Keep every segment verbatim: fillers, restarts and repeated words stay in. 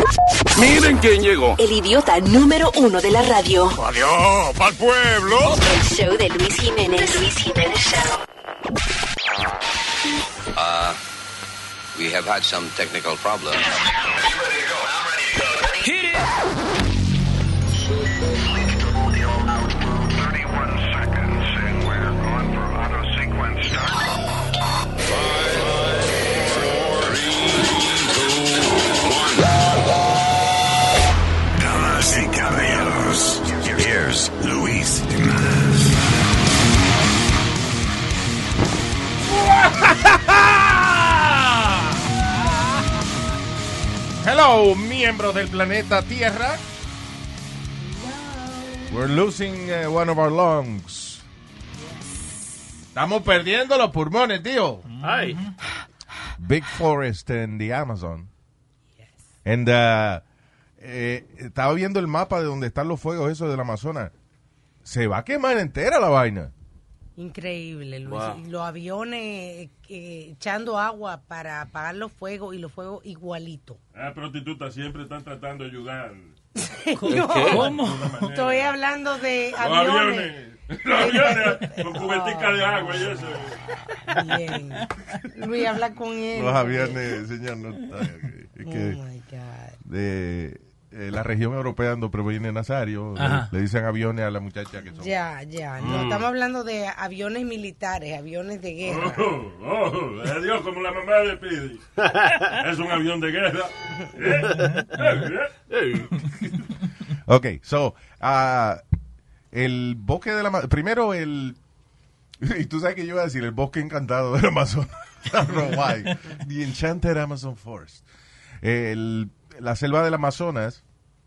Miren quién llegó. El idiota número uno de la radio. Adiós, pa'l pueblo. El show de Luis Jiménez. The Luis Jiménez Show. Uh, we have had some technical problems. Hit it. thirty-one seconds and we're going for auto sequence start. Damas y caballeros, here's Luis Jiménez. Hello, miembros del planeta Tierra. We're losing uh, one of our lungs. Estamos perdiendo los pulmones, tío. Ay. Big forest in the Amazon. And uh, eh, estaba viendo el mapa de donde están los fuegos esos del Amazonas. Se va a quemar entera la vaina. Increíble, Luis. Wow. Y los aviones eh, echando agua para apagar los fuegos y los fuegos igualitos. Las prostitutas siempre están tratando de ayudar. No, ¿Cómo? estoy hablando de Los aviones. aviones. Los aviones con cubetica de agua y eso. Bien. Luis, habla con él. Los aviones, señor. No, ay, es Oh, que my God. de eh, la región europea donde proviene Nazario, le, Ajá. le dicen aviones a la muchacha que son. Ya, ya. No, estamos hablando de aviones militares, aviones de guerra. Oh, oh, adiós, como la mamá de Pidi. Es un avión de guerra. ¿Eh? ¿Eh? Ok, so, uh, el bosque de la Amazonas, primero el, y tú sabes que yo iba a decir, el bosque encantado del Amazonas, I don't know why, the Enchanted Amazon Forest. El, la selva del Amazonas,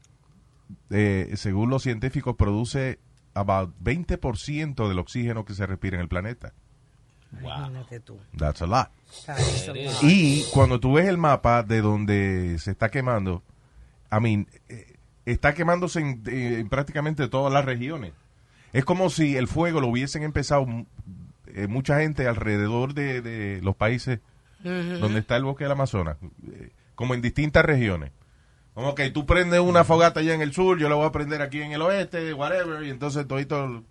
eh, según los científicos, produce about veinte por ciento del oxígeno que se respira en el planeta. Imagínate tú. That's a lot. That is a lot. Y cuando tú ves el mapa de donde se está quemando, I mean, eh, está quemándose en, en prácticamente todas las regiones. Es como si el fuego lo hubiesen empezado eh, mucha gente alrededor de, de los países Ujú. donde está el bosque del Amazonas, eh, como en distintas regiones. Como que tú prendes una fogata allá en el sur, yo la voy a prender aquí en el oeste, whatever, y entonces todito,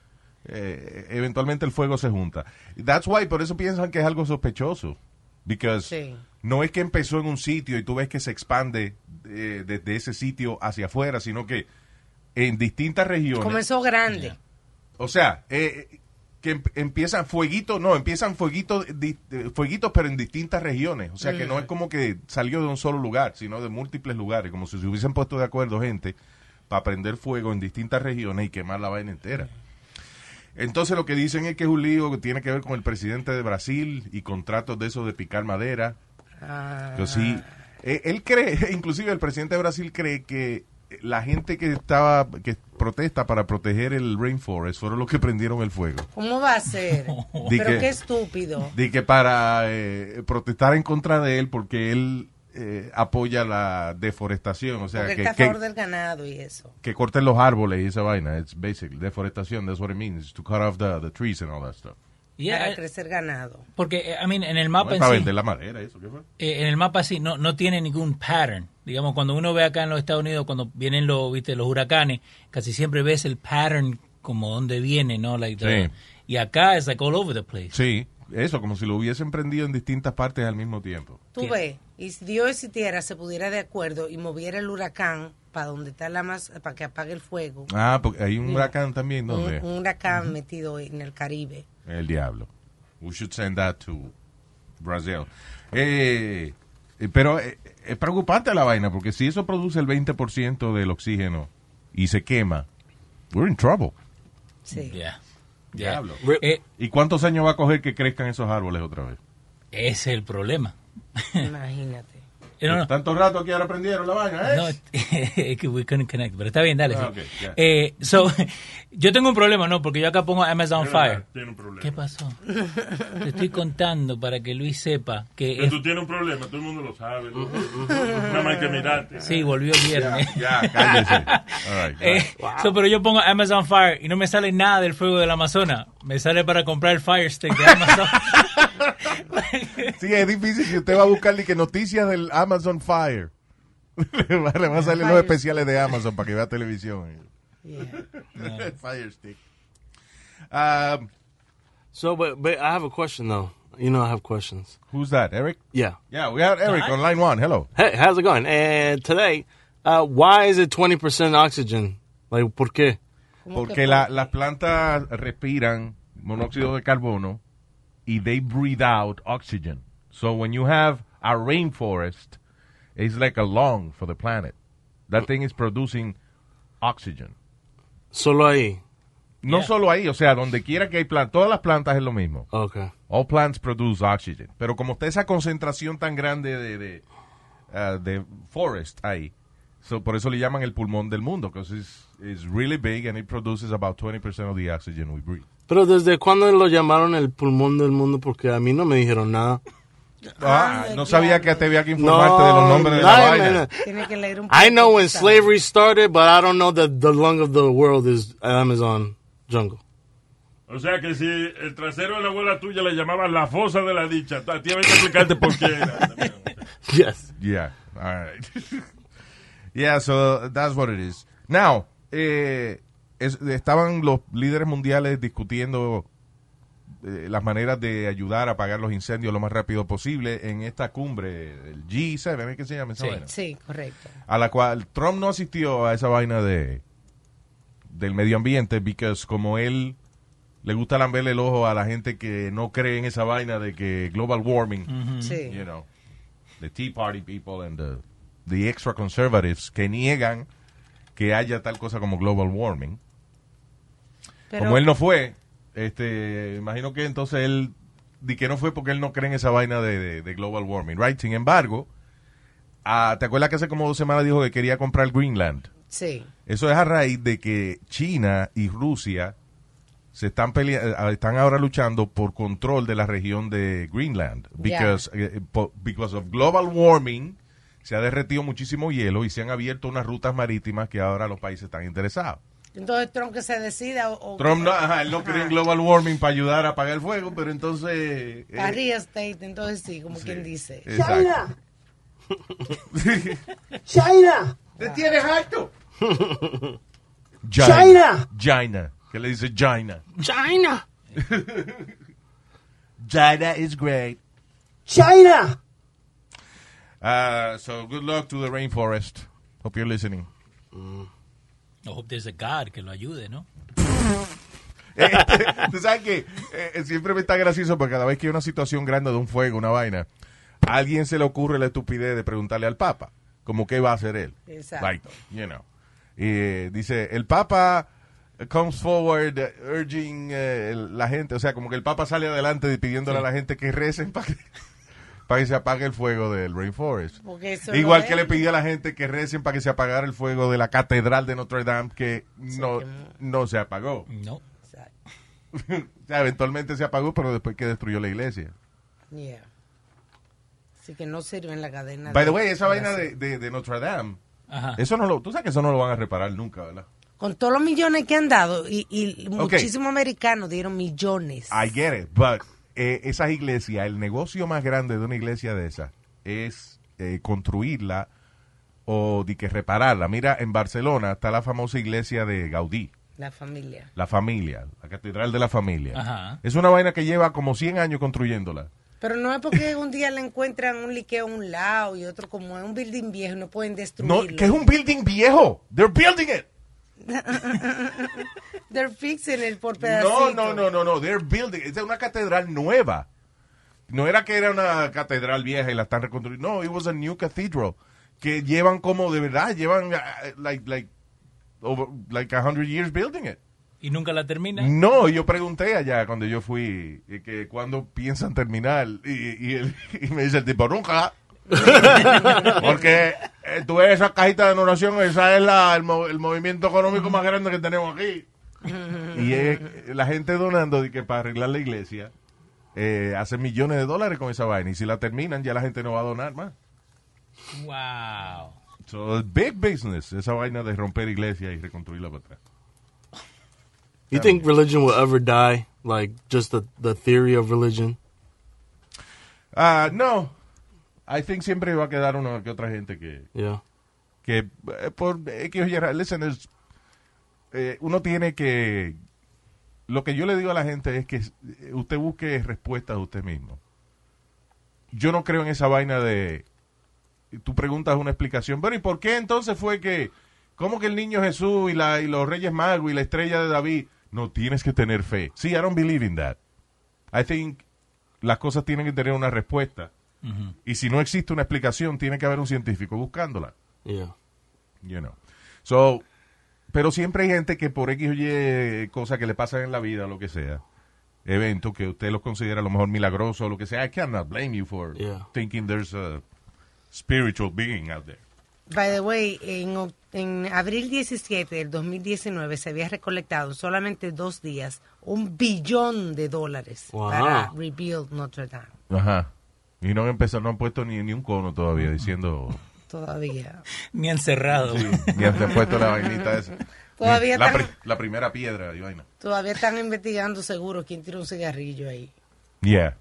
eh, eventualmente el fuego se junta. That's why, por eso piensan que es algo sospechoso. Because Sí. no es que empezó en un sitio y tú ves que se expande eh, desde ese sitio hacia afuera, sino que en distintas regiones. Comenzó grande. O sea, eh, que em- empiezan fueguitos, no, empiezan fueguitos, di- eh, fueguitos, pero en distintas regiones. O sea, que no es como que salió de un solo lugar, sino de múltiples lugares, como si se hubiesen puesto de acuerdo gente para prender fuego en distintas regiones y quemar la vaina entera. Entonces lo que dicen es que es un lío que tiene que ver con el presidente de Brasil y contratos de eso de picar madera. Ah. Pero sí, eh, él cree, inclusive el presidente de Brasil cree que la gente que estaba, que protesta para proteger el rainforest fueron los que prendieron el fuego. ¿Cómo va a ser? Di Pero que- qué estúpido. De que para eh, protestar en contra de él porque él eh, apoya la deforestación, o sea, Porque que, está a que, favor del ganado y eso. que corten los árboles y esa vaina. It's basically deforestación, that's what it means, to cut off the, the trees and all that stuff. Yeah, Para eh, crecer ganado. porque, I mean, en el mapa Bueno, en para sí, vender la madera, eso, ¿qué fue? eh, en el mapa sí no, no tiene ningún pattern. Digamos, cuando uno ve acá en los Estados Unidos, cuando vienen los, viste, los huracanes, casi siempre ves el pattern como donde viene, ¿no? Like the- Sí. Y acá es like all over the place. Sí, eso, como si lo hubiesen prendido en distintas partes al mismo tiempo. Tú ves, y si Dios existiera, se pudiera de acuerdo y moviera el huracán para donde está la más, para que apague el fuego. Ah, porque hay un huracán también, Un, ¿dónde? un huracán metido en el Caribe. El diablo. We should send that to Brazil. Eh, eh, pero eh, es preocupante la vaina, porque si eso produce el veinte por ciento del oxígeno y se quema, we're in trouble. Sí. Yeah. Yeah. Diablo. Eh, ¿Y cuántos años va a coger que crezcan esos árboles otra vez? ese es el problema. Imagínate. Eh, no, no. Tanto rato aquí ahora aprendieron la vaina, ¿eh? No, es que we couldn't connect, pero está bien, dale. Ah, sí. ok, ya. Eh, so, yo tengo un problema, ¿no? Porque yo acá pongo Amazon Fire. Tiene un problema. ¿Qué pasó? Te estoy contando para que Luis sepa que Que es... tú tienes un problema, todo el mundo lo sabe. ¿no? Nada más hay que mirarte. Sí, volvió el viernes. Ya, cállese. All right, Eh, so, pero yo pongo Amazon Fire y no me sale nada del fuego del Amazonas. Me sale para comprar el Fire Stick de Amazon. Sí, es difícil que usted va a buscar ni que noticias del Amazon Fire. le va le va a salir los especiales de Amazon para que vea televisión. Yeah. Fire stick. Um, So, but, but I have a question, though. You know I have questions. Who's that, Eric? Yeah. Yeah, we have Eric on line one. Hello. Hey, how's it going? And today, uh, why is it twenty percent oxygen? Like, ¿por qué? Porque la, las plantas respiran monóxido de carbono y they breathe out oxygen. So when you have a rainforest, it's like a lung for the planet. That thing is producing oxygen. Solo ahí. No Yeah. solo ahí, o sea, donde quiera que hay plantas, todas las plantas es lo mismo. Okay. All plants produce oxygen. Pero como está esa concentración tan grande de, de, uh, de forest ahí, so por eso le llaman el pulmón del mundo, because it's, it's really big and it produces about twenty percent of the oxygen we breathe. Pero ¿desde cuándo lo llamaron el pulmón del mundo? Porque a mí no me dijeron nada. Ah, Ah, no sabía diablo. que te había que informarte No, de los nombres de la nadie vaina. me- Tiene que leer un I know poco, when ¿sabes? slavery started, but I don't know that the lung of the world is Amazon jungle. O sea que si el trasero de la abuela tuya le llamaban la fosa de la dicha, a ti había que explicarte por qué era. Yes. Yeah, all right. Yeah, so that's what it is. Now, eh, es- estaban los líderes mundiales discutiendo eh, las maneras de ayudar a apagar los incendios lo más rápido posible en esta cumbre, el G siete, ¿es que se llama esa Sí. vaina? Sí, correcto. A la cual Trump no asistió a esa vaina de del medio ambiente, porque como él le gusta lamberle el ojo a la gente que no cree en esa vaina de que global warming, Sí. you know, the Tea Party people and the, the extra conservatives que niegan que haya tal cosa como global warming. Pero, Como él no fue, este, imagino que entonces él, di que no fue porque él no cree en esa vaina de, de, de global warming, right? Sin embargo, ah, ¿te acuerdas que hace como dos semanas dijo que quería comprar Greenland? sí. Eso es a raíz de que China y Rusia se están pelea- están ahora luchando por control de la región de Greenland. Because, eh, po- because of global warming, se ha derretido muchísimo hielo y se han abierto unas rutas marítimas que ahora los países están interesados. Entonces Trump que se decida o, o Trump no, ajá, él no cree en global warming para ayudar a apagar el fuego, pero entonces... eh, a real estate, entonces sí, como quien dice. exacto. China. ¿Te tienes harto? China. China. ¿Qué le dice China? China. China is great. China. Uh, so good luck to the rainforest. Hope you're listening. I hope there's a God que lo ayude, ¿no? Tú sabes que eh, siempre me está gracioso porque cada vez que hay una situación grande de un fuego, una vaina, a alguien se le ocurre la estupidez de preguntarle al Papa, como qué va a hacer él. Exacto. Like, you know. Y eh, dice, el Papa comes forward uh, urging eh, la gente, o sea, como que el Papa sale adelante pidiéndole a la gente que recen para que, para que se apague el fuego del rainforest. Porque eso Igual no que es- le pidió a la gente que recen para que se apagara el fuego de la catedral de Notre Dame, que no, que- no se apagó. No. Exacto. O sea, eventualmente se apagó, pero después que destruyó la iglesia. Yeah. Así que no sirve en la cadena. By the de- way, esa de vaina la- de, de, de Notre Dame, Ajá. eso no lo, tú sabes que eso no lo van a reparar nunca, ¿verdad? Con todos los millones que han dado, y, y muchísimos americanos dieron millones. I get it, but eh, esas iglesias, el negocio más grande de una iglesia de esas es eh, construirla o de que repararla. Mira, en Barcelona está la famosa iglesia de Gaudí, La familia. la familia, la catedral de la familia. Ajá. Es una vaina que lleva como cien años construyéndola. Pero no es porque un día le encuentran un liqueo a un lado y otro como es un building viejo y no pueden No, destruirlo. que es un building viejo. They're building it. They're fixing it por No, pedacitos. no, no, no, no. They're building. Es una catedral nueva. No era que era una catedral vieja y la están reconstruyendo. No, it was a new cathedral. Que llevan como de verdad, llevan uh, like, like, over, like a hundred years building it. ¿Y nunca la termina? No, yo pregunté allá cuando yo fui eh, que cuándo piensan terminar y, y, él- y me dice el tipo, nunca. Porque eh, tú ves esa cajita de donación, esa es la, el, mo- el movimiento económico más grande que tenemos aquí. Y eh, la gente donando de que para arreglar la iglesia eh, hace millones de dólares con esa vaina. Y si la terminan, ya la gente no va a donar más. Wow. So, it's big business, esa vaina de romper iglesias y reconstruirla para atrás. You think religion will ever die? Like, just the, the theory of religion? Ah, no. I think siempre va a quedar una que otra gente que... Yeah. que eh, por X o Y, listen, es, eh, uno tiene que, lo que yo le digo a la gente es que usted busque respuestas de usted mismo. Yo no creo en esa vaina de, tú preguntas una explicación, bueno, ¿y por qué entonces fue que, cómo que el niño Jesús y, la, y los Reyes Magos y la estrella de David? No, tienes que tener fe. Sí, I don't believe in that. I think las cosas tienen que tener una respuesta. Uh-huh. Y si no existe una explicación, tiene que haber un científico buscándola. Yeah. You know. So, pero siempre hay gente que por X o Y cosas que le pasan en la vida o lo que sea, eventos que usted los considera a lo mejor milagrosos o lo que sea, I cannot blame you for yeah. thinking there's a spiritual being out there. By the way, en, en abril diecisiete del dos mil diecinueve se había recolectado en solamente dos días un billón de dólares wow. para rebuild Notre Dame. Ajá. Y no han empezado, no han puesto ni, ni un cono todavía diciendo... Todavía. Ni han cerrado. Sí, ni han puesto la vainita esa. Todavía la, están, pri, la primera piedra y vaina. Todavía están investigando seguro quién tiró un cigarrillo ahí. Yeah.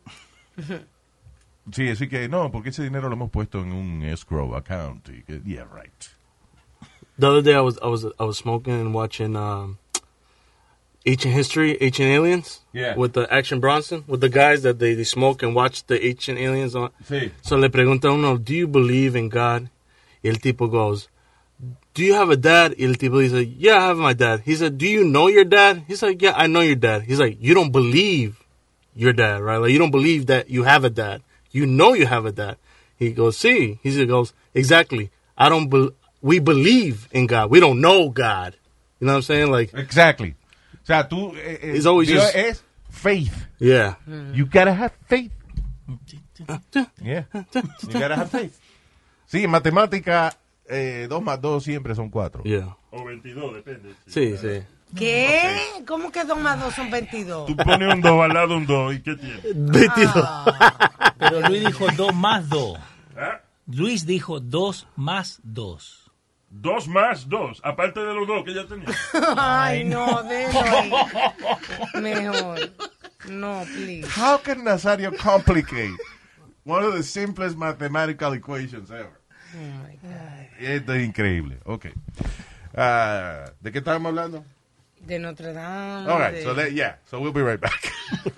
Sí, así que no, porque ese dinero lo hemos puesto en un escrow account. Y que, yeah, right. The other day I was I was I was smoking and watching um, Ancient History, Ancient Aliens. Yeah. With the Action Bronson, with the guys that they, they smoke and watch the Ancient Aliens on. Sí. So le pregunta a uno, do you believe in God? Y el tipo goes, do you have a dad? Y el tipo dice, yeah, I have my dad. He said, do you know your dad? He's like, yeah, I know your dad. He's like, you don't believe your dad, right? Like, you don't believe that you have a dad. You know you have a dad. He goes, sí. He goes, exactly. I don't be- we believe in God. We don't know God. You know what I'm saying? Like, exactly. O sea, tú, eh, eh, it's always Dios just, es faith. Yeah. You gotta have faith. Yeah. You gotta have faith. Sí, en matemática, eh, dos más dos siempre son cuatro. Yeah. O veintidós, depende. Sí, sí. ¿Qué? ¿Cómo que dos más dos son veintidós? Tú pones un dos al lado un dos, ¿y qué tiene? veintidós. Ah. Pero Luis dijo dos más dos. ¿Ah? Luis dijo dos más dos. Dos más dos, aparte de los dos que ya tenía. Ay, no, déjalo ahí. Mejor. No, please. How can Nazario complicate one of the simplest mathematical equations ever? Oh my God. Esto es increíble. Ok. Uh, ¿De qué estábamos hablando? De Notre Dame. All right, de... so that, yeah, so we'll be right back.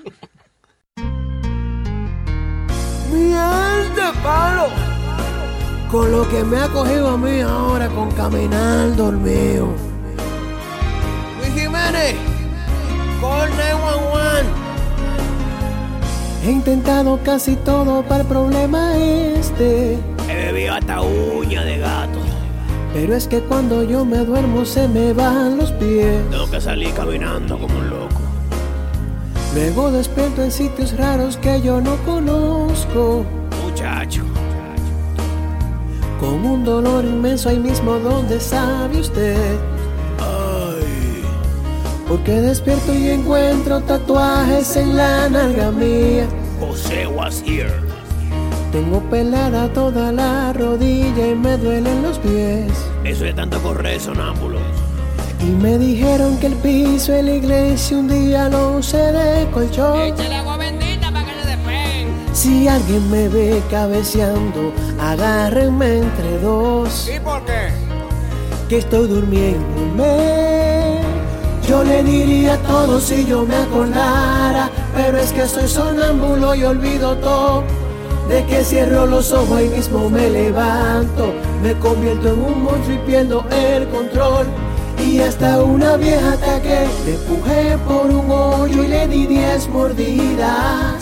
Miel de palo. Con lo que me ha cogido a mí ahora con caminar dormido. Luis Jiménez, call nueve uno uno. He intentado casi todo para el problema este. He bebido hasta uña de gato. Pero es que cuando yo me duermo se me van los pies. Tengo que salir caminando como un loco. Luego despierto en sitios raros que yo no conozco. Muchacho. Con un dolor inmenso ahí mismo donde sabe usted. Ay. Porque despierto y encuentro tatuajes en la nalga mía. José was here. Tengo pelada toda la rodilla y me duelen los pies. Eso es tanto correr sonámbulo. Y me dijeron que el piso en la iglesia un día lo usé de colchón. Échale agua bendita para que se despeguen. Si alguien me ve cabeceando, agárrenme entre dos. ¿Y por qué? Que estoy durmiéndome. Yo le diría todo si yo me acordara, pero es que soy sonámbulo y olvido todo. De que cierro los ojos y mismo me levanto, me convierto en un monstruo y pierdo el control. Y hasta una vieja ataque, le empujé por un hoyo y le di diez mordidas.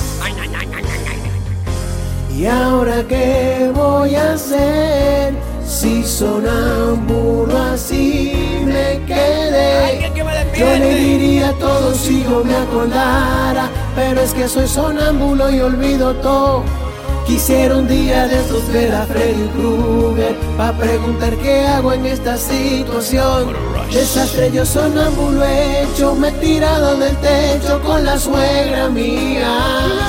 Y ahora qué voy a hacer si sonámbulo así me quedé. Yo le diría todo si yo me acordara, pero es que soy sonámbulo y olvido todo. Quisiera un día de estos ver a Freddy Krueger pa' preguntar qué hago en esta situación. Desastre yo sonámbulo hecho, me he tirado del techo con la suegra mía.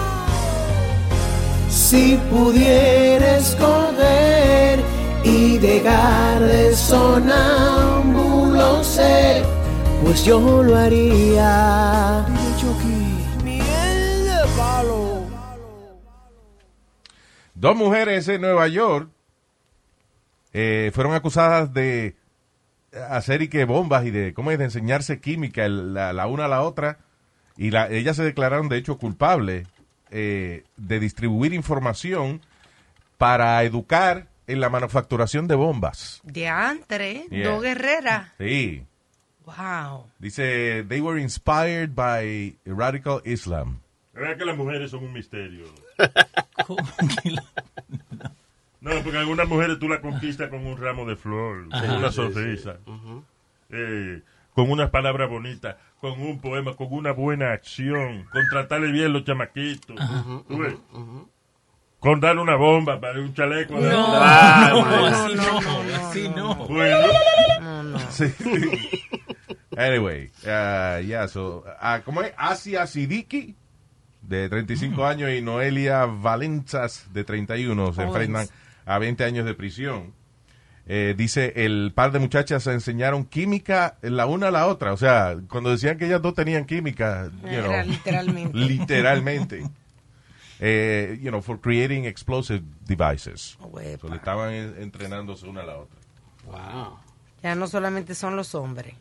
Si pudiera escoger y dejar de sonámbulo ser, pues yo lo haría. Miel de palo. Dos mujeres en Nueva York eh, fueron acusadas de hacer y que bombas y de, ¿cómo es? De enseñarse química el, la, la una a la otra. Y la, ellas se declararon, de hecho, culpables eh, de distribuir información para educar en la manufacturación de bombas. Diantre, Yeah. dos guerreras. Sí. Wow. Dice, they were inspired by radical Islam. La verdad que las mujeres son un misterio. ¿Cómo que la- No, porque algunas mujeres tú las conquistas con un ramo de flor, Ajá. con una Sí, sí. sonrisa, eh, con unas palabras bonitas, con un poema, con una buena acción, con tratarle bien los chamaquitos. ¿Tú ves? Con darle una bomba para un chaleco. de- No, Ah, no, bueno. así no, así no. Bueno, No, no. Sí. Anyway, uh, yeah, so, uh, ¿cómo es? Asia Siddiqui, de treinta y cinco años, y Noelia Valenzas, de treinta y uno, se Jóvenes. enfrentan a veinte años de prisión. Eh, dice, el par de muchachas se enseñaron química la una a la otra. O sea, cuando decían que ellas dos tenían química, you Era know, literalmente. literalmente. Eh, you know, for creating explosive devices. Huepa. So, le estaban en- entrenándose una a la otra. Wow. Ya no solamente son los hombres.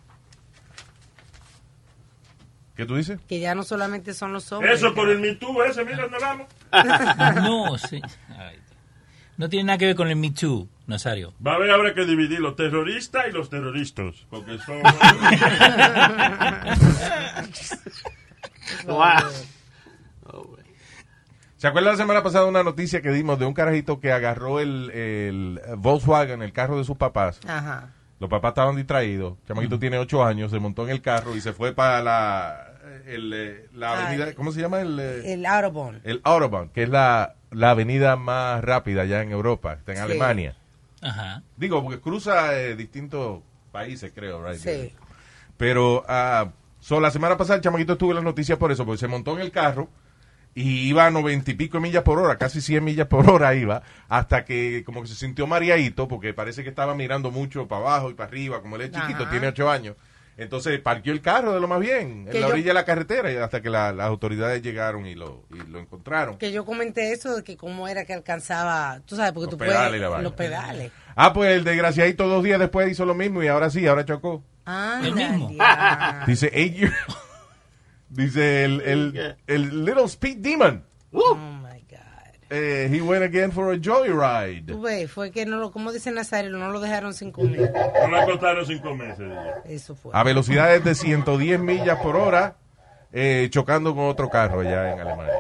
¿Qué tú dices? Que ya no solamente son los hombres. eso por el Me Too ese, mira dónde vamos. No, sí. Ay, no tiene nada que ver con el Me Too, Nazario. Va a haber ahora que dividir los terroristas y los terroristas, porque son... Wow. Oh, güey. ¿Se acuerdan la semana pasada una noticia que dimos de un carajito que agarró el, el Volkswagen, el carro de sus papás? Ajá. Los papás estaban distraídos. El chamaquito tiene ocho años, se montó en el carro y se fue para la, el, eh, la avenida, Ay. ¿cómo se llama? El, eh, El Autobahn. el Autobahn, que es la, la avenida más rápida allá en Europa, está en Sí. Alemania. Ajá. Digo, porque cruza eh, distintos países, creo, right? Sí. Pero, ah, so, la semana pasada el chamaquito estuvo en las noticias por eso, porque se montó en el carro y iba a noventa y pico millas por hora, casi cien millas por hora iba, hasta que como que se sintió mareadito, porque parece que estaba mirando mucho para abajo y para arriba, como él es chiquito, Ajá. tiene ocho años. Entonces parqueó el carro de lo más bien, Que en la yo- orilla de la carretera, y hasta que la- las autoridades llegaron y lo, y lo encontraron. Que yo comenté eso de que cómo era que alcanzaba, tú sabes, porque Los tú pedales puedes y la vaina. los pedales. Ah, pues el desgraciadito dos días después hizo lo mismo y ahora sí, ahora chocó. Ah, El mismo. Dice eight years. Dice el, el, el Little Speed Demon. Oh my God. Eh, he went again for a joyride. Tú ves, fue que no lo, como dice Nazario, no lo dejaron sin comer. No le costaron cinco meses. digo. Eso fue. A velocidades de ciento diez millas por hora, eh, chocando con otro carro allá en Alemania.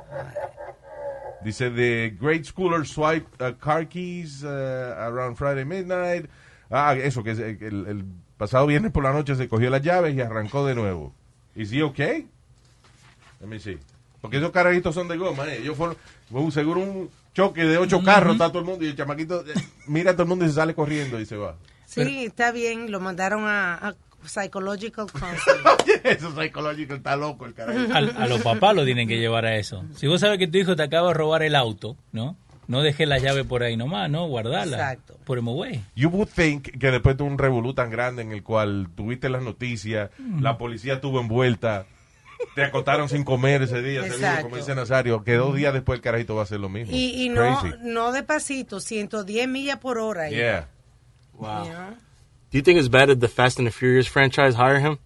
Dice, the grade schooler swiped uh, car keys uh, around Friday midnight. Ah, eso, que es el, el- el pasado viernes por la noche se cogió las llaves y arrancó de nuevo. ¿Is he okay? Let me see. Porque esos carajitos son de goma, ¿eh? Ellos fueron, fue un- seguro un choque de ocho carros, está todo el mundo, y el chamaquito eh, mira a todo el mundo y se sale corriendo y se va. Sí, está bien, lo mandaron a, a Psychological Counseling. Eso es psicológico, está loco el carajo. A, a los papás lo tienen que llevar a eso. Si vos sabes que tu hijo te acaba de robar el auto, ¿no? No dejes la llave por ahí nomás, ¿no? Guardala. Exacto. Por el way. You would think que después de un revolú tan grande en el cual tuviste las noticias, la policía estuvo envuelta, te acostaron sin comer ese día, seguro, Exacto. como dice Nazario, que dos días después el carajito va a hacer lo mismo. Y, y no, Crazy. no despacito, ciento diez millas por hora. Yeah. Wow. You know? Do you think it's bad that the Fast and the Furious franchise hire him?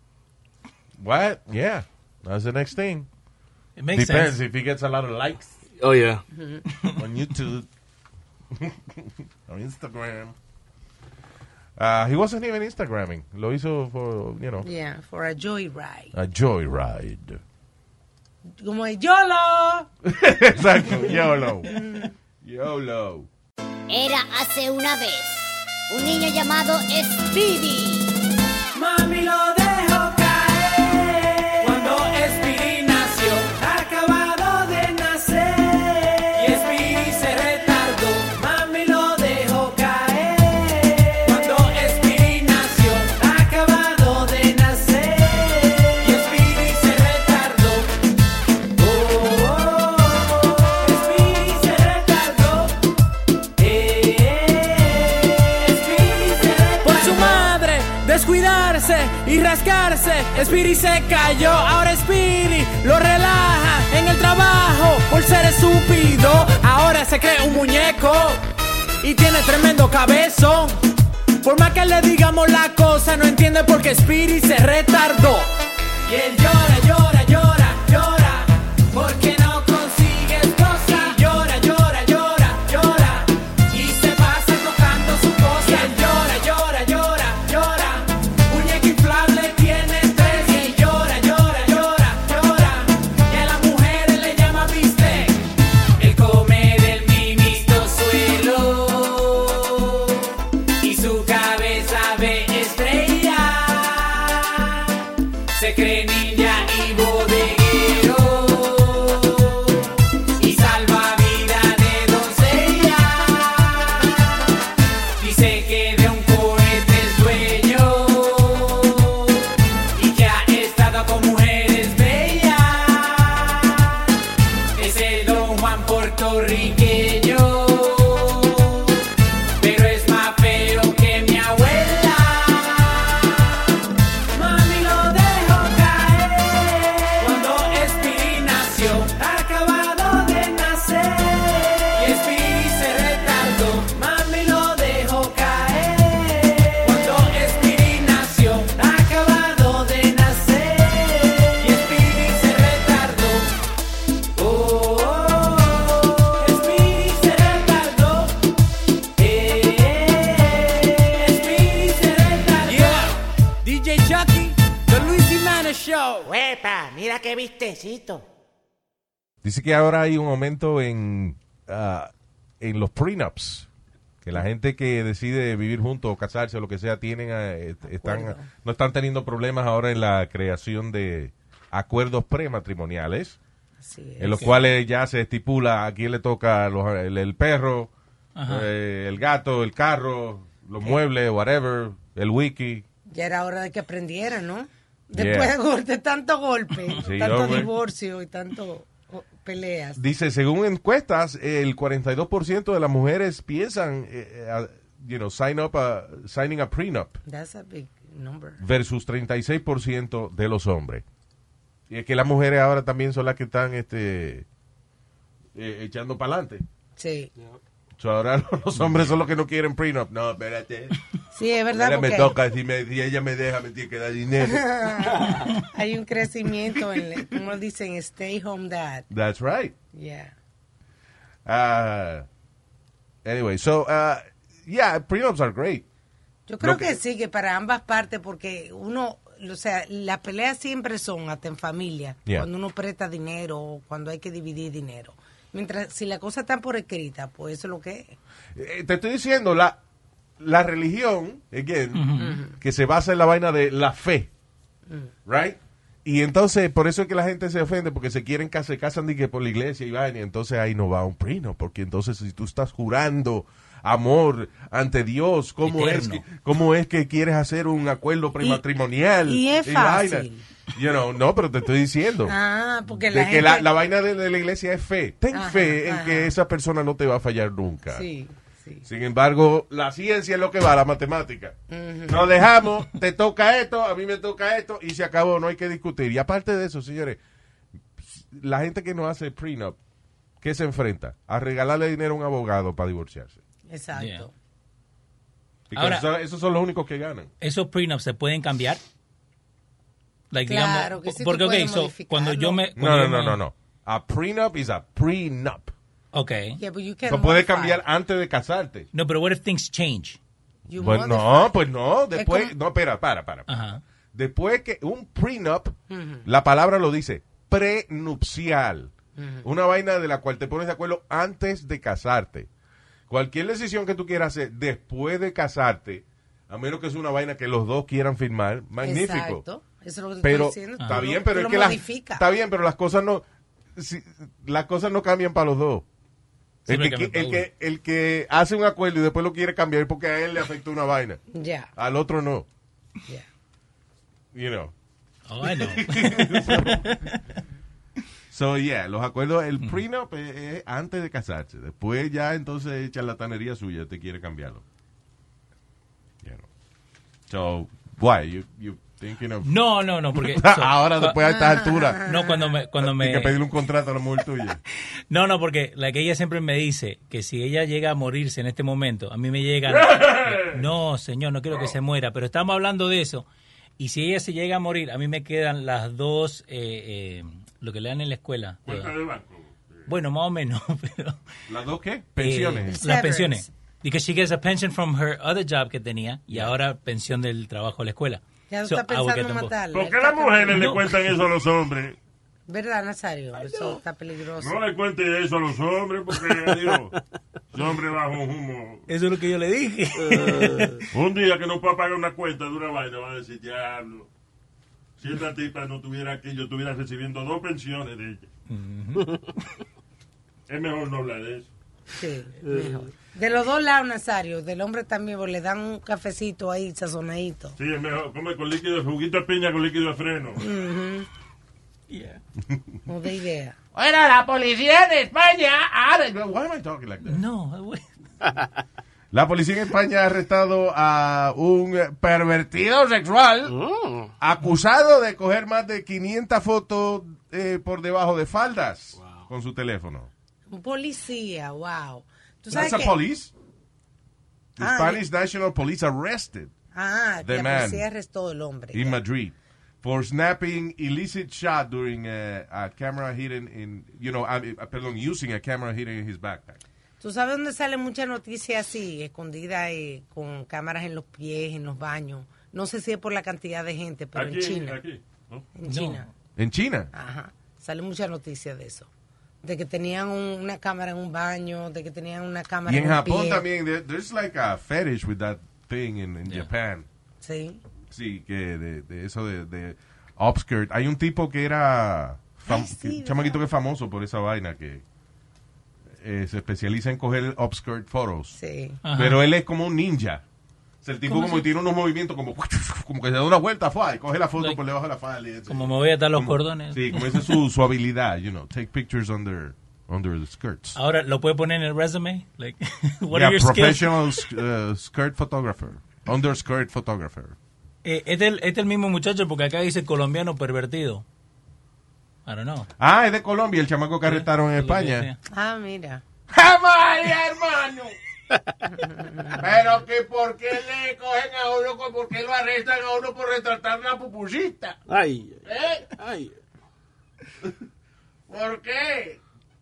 What? Yeah. That's the next thing. It makes Depends sense. if he gets a lot of likes Oh, yeah. on YouTube, on Instagram. Uh, he wasn't even Instagramming. Lo hizo for, you know, Yeah, for a joyride. a joyride. Como el YOLO. Exacto, YOLO. YOLO. Era hace una vez un niño llamado Speedy. Mami lo dejó caer cuando Speedy nació, acabado de nacer. Y Speedy se retardó. Mami lo dejó caer cuando Speedy nació, acabado de nacer. Y Speedy se retardó. Oh, oh, oh. Speedy se retardó. Eh, eh. Speedy se retardó. Por su madre descuidarse y rascarse, Speedy se cayó. Ahora Speedy lo relaja en el trabajo por ser estúpido. Ahora se cree un muñeco y tiene tremendo cabezón. Por más que le digamos la cosa, no entiende por qué Spirit se retardó. Y él llora, llora, llora, llora, porque no consigues cosas. Y llora, llora, llora, llora, y se pasa tocando su cosa. Y él llora, llora, llora, llora, muñeca inflable tiene tres. Y él llora, llora, llora, llora, y a las mujeres le llama bistec. Él come del ministro suelo y su cabeza ve estrella. Se cree ninja y bodeguero y salva vida de doncella. Dice que de un cohete es dueño y que ha estado con mujeres bellas. Es el Don Juan puertorriqueño, pero es más feo que mi abuela. Mami lo dejó caer cuando Speedy nació, acabado de nacer, y Speedy se retardó. Mami lo dejó caer cuando Speedy nació, acabado de nacer, y Speedy se retardó. Oh, oh, oh, Speedy se retardó. Eh, Speedy se retardó. Yeah, D J Chucky, The Luis Jiménez Show. Huepa, mira qué vistecito. Dice que ahora hay un aumento en, ah, en los prenups. Que la gente que decide vivir juntos o casarse o lo que sea, tienen eh, están Acuerdo. no están teniendo problemas ahora en la creación de acuerdos prematrimoniales, Así en los es. cuales ya se estipula a quién le toca los- el, el perro, Ajá. eh, el gato, el carro, los muebles, whatever, el wiki. Ya era hora de que aprendieran, ¿no? Después Yeah. de, gol- de tanto golpe, Sí, tanto hombre. divorcio y tanto oh, peleas. Dice, según encuestas, el cuarenta y dos por ciento de las mujeres piensan, eh, eh, you know, sign up a, signing a prenup That's a big number. versus treinta y seis por ciento de los hombres. Y es que las mujeres ahora también son las que están este, eh, echando para adelante. Sí. So, ahora los hombres son los que no quieren prenup. No, espérate. Sí, es verdad. Ahora me porque toca, si, me, si ella me deja, me tiene que dar dinero. hay un crecimiento en, como dicen, stay home dad. That's right. Yeah. Uh, anyway, so, uh, yeah, prenups are great. Yo creo Lo que, que- sí, que para ambas partes, porque uno, o sea, las peleas siempre son hasta en familia, Yeah. cuando uno presta dinero o cuando hay que dividir dinero. Mientras, si la cosa está por escrita, pues eso es lo que es. Eh, te estoy diciendo, la, la religión, again, que se basa en la vaina de la fe, right? Y entonces, por eso es que la gente se ofende, porque se quieren casar, se casan de que por la iglesia y vaina, y entonces ahí no va un prenup, porque entonces si tú estás jurando amor ante Dios, ¿cómo es, Eterno. que, ¿cómo es que quieres hacer un acuerdo prematrimonial? y es vaina? fácil. You know, no, pero te estoy diciendo. Ah, porque la de gente... que la, la vaina de, de la iglesia es fe. Ten Ajá, fe en ajá. que esa persona no te va a fallar nunca. Sí, sí. Sin embargo, la ciencia es lo que va, la matemática. Nos dejamos, te toca esto, a mí me toca esto, y se acabó, no hay que discutir. Y aparte de eso, señores, la gente que no hace prenup, ¿qué se enfrenta? A regalarle dinero a un abogado para divorciarse. Exacto. Yeah. Y Ahora- eso- esos son los únicos que ganan. ¿Esos prenups se pueden cambiar? Like, Claro digamos, que sí, tú porque, ok, puedes so, cuando yo me... No, cuando no, yo no, me- no, no. A prenup is a prenup. Ok. Yeah, but you can No puedes modify. cambiar antes de casarte. No, pero what if things change? You Pues modify. no, pues no. Después, como- no, espera, para, para. Ajá. Después que un prenup, la palabra lo dice, prenupcial. Una vaina de la cual te pones de acuerdo antes de casarte. Cualquier decisión que tú quieras hacer después de casarte, a menos que sea una vaina que los dos quieran firmar, magnífico. Exacto. Eso es lo que te Pero estoy diciendo. está Tú bien, lo- pero tú es lo que las, modificas. está bien, pero las cosas no, si- las cosas no cambian para los dos. El Siempre que, cambia el, para que, el que hace un acuerdo y después lo quiere cambiar porque a él le afectó una vaina. Ya, Al otro no. ya. You know. Oh, I know. So, yeah, los acuerdos, el prenup es, es antes de casarse. Después ya entonces charlatanería suya, te quiere cambiarlo. You know. So, why? You, you thinking of... No, no, no, porque... Ahora, después a esta altura. No, cuando me... Cuando me... Hay que pedirle un contrato a la mujer tuya. No, no, porque la que ella siempre me dice que si ella llega a morirse en este momento, a mí me llegan... No, señor, no quiero que se muera, pero estamos hablando de eso. Y si ella se llega a morir, a mí me quedan las dos, eh, eh, lo que le dan en la escuela. ¿Cuenta de banco? Bueno, más o menos. Pero, ¿Las dos qué? Pensiones. Eh, las pensiones. Because she gets a pension from her other job que tenía y ahora pensión del trabajo de la escuela. Ya So, está pensando en matarla. ¿Por qué las mujeres le No. cuentan eso a los hombres? ¿Verdad, Nazario? Eso está peligroso. No le cuente eso a los hombres porque, Dios, los hombres bajo humo. Eso es lo que yo le dije. Uh, un día que no pueda pagar una cuenta de una vaina va a decir, diablo, si esta tipa no estuviera aquí, yo estuviera recibiendo dos pensiones de ella. Uh-huh. Es mejor no hablar de eso. Sí, mejor. De los dos lados, Nazario, del hombre también, pues, le dan un cafecito ahí sazonadito. Sí, es mejor, come con líquido, juguito de piña con líquido de freno. Uh-huh. Yeah. No de idea. Bueno, la policía de España... Why am I talking like that? No. La policía en España ha arrestado a un pervertido sexual Oh. acusado de coger más de quinientas fotos eh, por debajo de faldas wow. con su teléfono. Un policía, wow. ¿Tú That's sabes a qué? police. The Ah, Spanish National Police arrested Ah, the la man policía arrestó al hombre. in Madrid for snapping illicit shot during uh, a camera hidden in, you know, uh, uh, perdón, using a camera hidden in his backpack. ¿Tú sabes dónde sale mucha noticia así, escondida eh, con cámaras en los pies, en los baños? No sé si es por la cantidad de gente, pero Aquí, en China. aquí, ¿no? En China. ¿En China? Ajá. Sale mucha noticia de eso. De que tenían un- una cámara en un baño, de que tenían una cámara Y en en un Japón pie. también, there- there's like a fetish with that thing in, in Yeah. Japan. Sí. Sí, que de, de eso de, de upskirt. Hay un tipo que era fam- Ay, sí, que- un ¿verdad? chamaquito que es famoso por esa vaina que eh, se especializa en coger upskirt photos. Sí. Ajá. Pero él es como un ninja. O sea, el tipo ¿Cómo como se- que tiene unos movimientos como, como que se da una vuelta, fue, y coge la foto Like- por debajo de la falda. y eso. Como me voy a atar los Como- cordones. Sí, como esa es su, su habilidad, you know, take pictures under, under the skirts. Ahora, ¿lo puede poner en el resume? Like, what Yeah, are your skills? professional uh, skirt photographer, underskirt photographer. Eh, este, es el, este es el mismo muchacho porque acá dice colombiano pervertido. I don't know. Ah, es de Colombia, el chamaco que arrestaron en Es lo que España. decía. Ah, mira. ¡María, hermano! Pero que por qué le cogen a uno, por qué lo arrestan a uno por retratar una pupusita. Ay, ¿Eh? ay. ¿Por qué?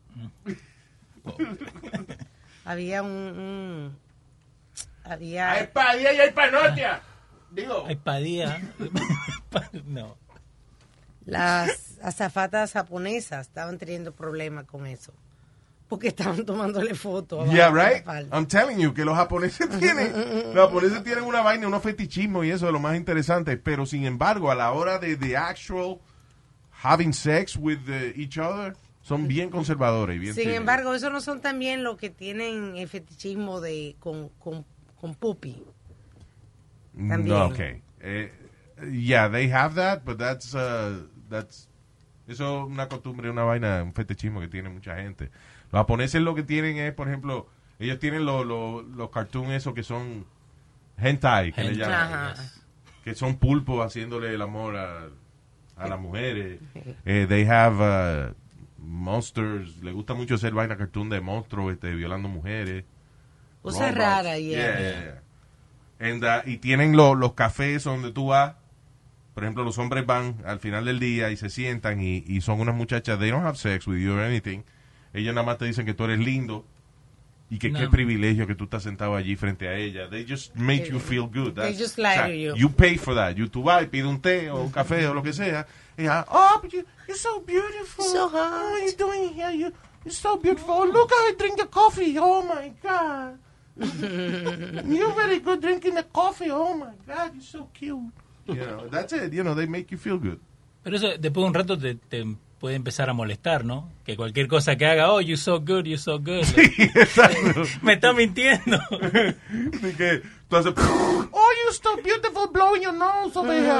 Había un... un- había... Hay pa' día y hay pa' noche. Digo. Ay, padía. No. Las azafatas japonesas estaban teniendo problemas con eso. Porque estaban tomándole fotos. abajo Yeah, de la right? falda. I'm telling you que los japoneses tienen, los japoneses tienen una vaina, unos fetichismos y eso es lo más interesante. Pero sin embargo, a la hora de the actual having sex with uh, each other, son bien conservadores. y Bien Sin tímidos. embargo, esos no son también los que tienen el fetichismo de con, con, con pupi. También. No, okay. Eh, yeah, they have that, but that's, uh, that's, eso es una costumbre, una vaina, un fetichismo que tiene mucha gente. Los japoneses lo que tienen es, por ejemplo, ellos tienen los los los cartoons esos que son hentai, que le Hentai, llaman, Ajá. que son pulpos haciéndole el amor a, a las mujeres. Eh, they have uh, monsters, le gusta mucho hacer vaina cartoon de monstruos, este, violando mujeres. Cosa Robots. rara, yeah. Yeah, yeah, yeah. And, uh, y tienen lo- los cafés donde tú vas. Por ejemplo, los hombres van al final del día y se sientan y, y son unas muchachas, they don't have sex with you or anything. Ellos nada más te dicen que tú eres lindo y que No. qué privilegio que tú estás sentado allí frente a ella. They just make you feel good. They That's- just lie o sea, to you. You pay for that. You tú vas y pides un té o un café o lo que sea. Y ya, oh, but you, you're so beautiful. So hot. Oh, what are you doing here? You, you're so beautiful. Oh, look how I drink the coffee. Oh, my God. You're very good drinking the coffee. Oh, my God, you're so cute. You know, that's it. You know, they make you feel good. Pero eso después de un rato te, te puede empezar a molestar, ¿no? Que cualquier cosa que haga, oh, you're so good, you're so good. Exacto. Me está mintiendo. De que tú haces, oh, you're so beautiful blowing your nose over here.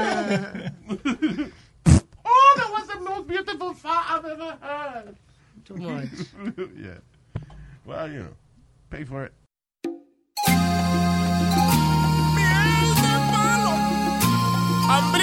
Oh, that was the most beautiful fart I've ever heard. Too much. Yeah. Well, you know, pay for it. Miel de palo.